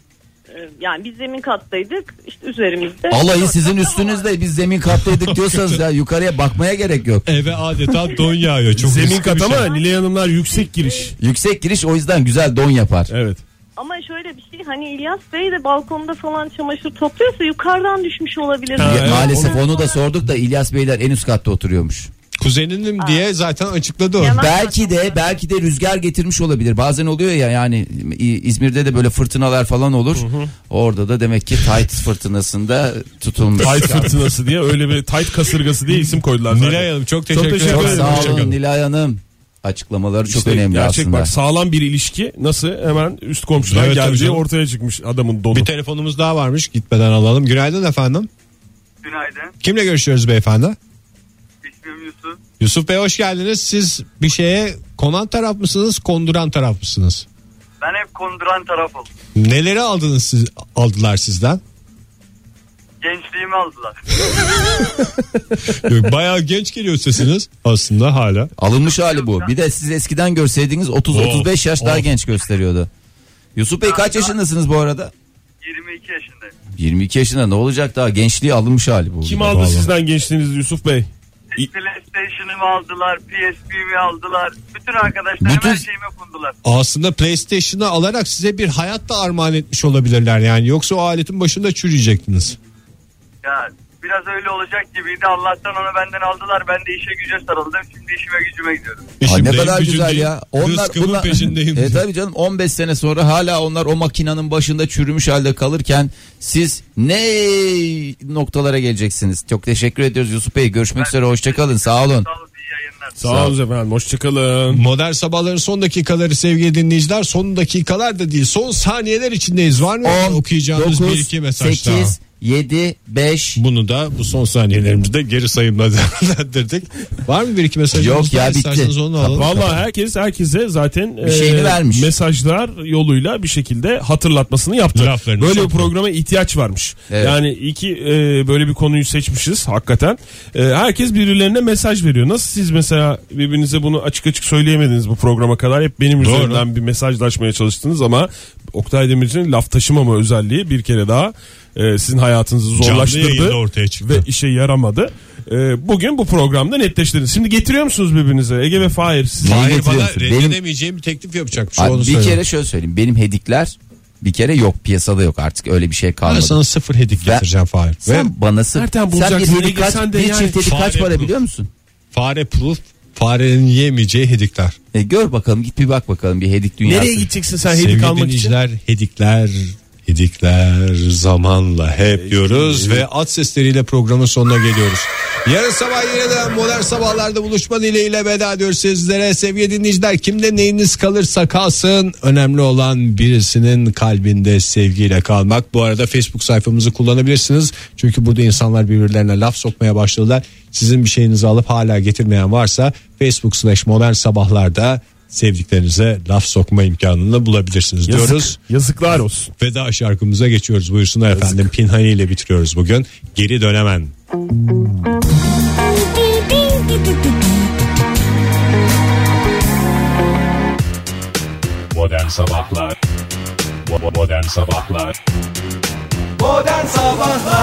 Yani biz zemin kattaydık, işte üzerimizde. Alayı sizin üstünüzde, biz zemin kattaydık diyorsanız ya yukarıya bakmaya gerek yok. Eve adeta don yağıyor. Çok Zemin riskli kat bir ama şey. Nilay Hanımlar yüksek giriş. Yüksek giriş, o yüzden güzel don yapar. Evet. Ama şöyle bir şey, hani İlyas Bey de balkonda falan çamaşır topluyorsa yukarıdan düşmüş olabilir. Evet. Maalesef onu da sorduk da İlyas Beyler en üst katta oturuyormuş. Kuzeninim diye zaten açıkladı o. Yemez. Belki de rüzgar getirmiş olabilir. Bazen oluyor ya, yani İzmir'de de böyle fırtınalar falan olur. Orada da demek ki tight fırtınasında tutulmuş. Tight fırtınası diye, öyle bir tight kasırgası diye isim koydular zaten. Nilay Hanım çok teşekkür ederim. Çok ederim. sağ olun Hoşçakalın. Nilay Hanım. Açıklamaları çok İşte önemli gerçek aslında. bak, sağlam bir ilişki nasıl hemen üst komşudan Evet, tabii geldiği canım. ortaya çıkmış adamın donu. Bir telefonumuz daha varmış, gitmeden alalım. Günaydın efendim. Günaydın. Kimle görüşüyoruz beyefendi? İsmim Yusuf. Yusuf Bey, hoş geldiniz. Siz bir şeye konan taraf mısınız, konduran taraf mısınız? Ben hep konduran taraf oldum. Neleri aldılar sizden? Gençliğimi aldılar. Bayağı genç geliyor sesiniz aslında hala. Alınmış hali bu. Bir de siz eskiden görseydiniz 30-35 yaş daha genç gösteriyordu. Yusuf Bey kaç yaşındasınız bu arada? 22 yaşındayım. 22 yaşında ne olacak daha, gençliği alınmış hali bu. Kim aldı sizden gençliğinizi Yusuf Bey? PlayStation'ımı aldılar, PSP'mi aldılar. Bütün arkadaşlarım her şeyime kundular. Aslında PlayStation'ı alarak size bir hayat da armağan etmiş olabilirler yani. Yoksa o aletin başında çürüyecektiniz. Ya biraz öyle olacak gibiydi. Allah'tan onu benden aldılar. Ben de işe güce sarıldım. Şimdi işime gücüme gidiyorum. Ne kadar güzel ya. Onlar peşindeyim. Tabii canım, 15 sene sonra hala onlar o makinenin başında çürümüş halde kalırken siz ne noktalara geleceksiniz. Çok teşekkür ediyoruz Yusuf Bey. Görüşmek üzere. Hoşçakalın. Sağ olun. Sağ olun efendim. Hoşçakalın. Modern Sabahların son dakikaları sevgili dinleyiciler. Son dakikalar da değil. Son saniyeler içindeyiz. Var mı okuyacağımız 9, bir iki mesaj 8, daha? 7, 5. Bunu da bu son saniyelerimizde geri sayımla değerlendirdik. Var mı bir iki mesajımız? Yok ya, bitti. Vallahi herkese zaten bir şeyini vermiş. Mesajlar yoluyla bir şekilde hatırlatmasını yaptı. Laflarını böyle soktu. bir programa ihtiyaç varmış. Evet. Yani böyle bir konuyu seçmişiz hakikaten. Herkes birbirlerine mesaj veriyor. Nasıl siz mesela birbirinize bunu açık açık söyleyemediniz bu programa kadar? Hep benim üzerinden bir mesajlaşmaya çalıştınız ama Oktay Demirci'nin laf taşımama özelliği bir kere daha sizin hayatınızı zorlaştırdı ortaya çıktı. ve işe yaramadı. Bugün bu programda netleştirdiniz. Şimdi getiriyor musunuz birbirinize Ege ve Fahir? Fahir bana Benim- reddedemeyeceğim bir teklif yapacakmış. Bir kere şöyle söyleyeyim. Benim hedikler bir kere yok, piyasada yok artık, öyle bir şey Ben kalmadı. sana 0 hedik getireceğim Fahir. Sen bana Nereden bulacaksın? bir hedik kaç, Sen de bir yani çift hedik kaç fare para proof. biliyor musun? Fare proof, farenin yiyemeyeceği hedikler. Gör bakalım, git bir bak bakalım bir hedik dünyası. Nereye gideceksin sen hedik Sevgili almak için? dinleyiciler, hedikler zamanla hep diyoruz ve at sesleriyle programın sonuna geliyoruz. Yarın sabah yeniden Modern Sabahlar'da buluşma dileğiyle veda ediyoruz sizlere. Sevgili dinleyiciler, kimde neyiniz kalırsa kalsın, önemli olan birisinin kalbinde sevgiyle kalmak. Bu arada Facebook sayfamızı kullanabilirsiniz. Çünkü burada insanlar birbirlerine laf sokmaya başladılar. Sizin bir şeyinizi alıp hala getirmeyen varsa Facebook/Modern Sabahlar'da sevdiklerinize laf sokma imkanını bulabilirsiniz diyoruz. Yazıklar olsun. Veda şarkımıza geçiyoruz. Buyursunlar efendim. Pinhani ile bitiriyoruz bugün. Geri dönemen. Modern Sabahlar. Modern Sabahlar. Modern Sabahlar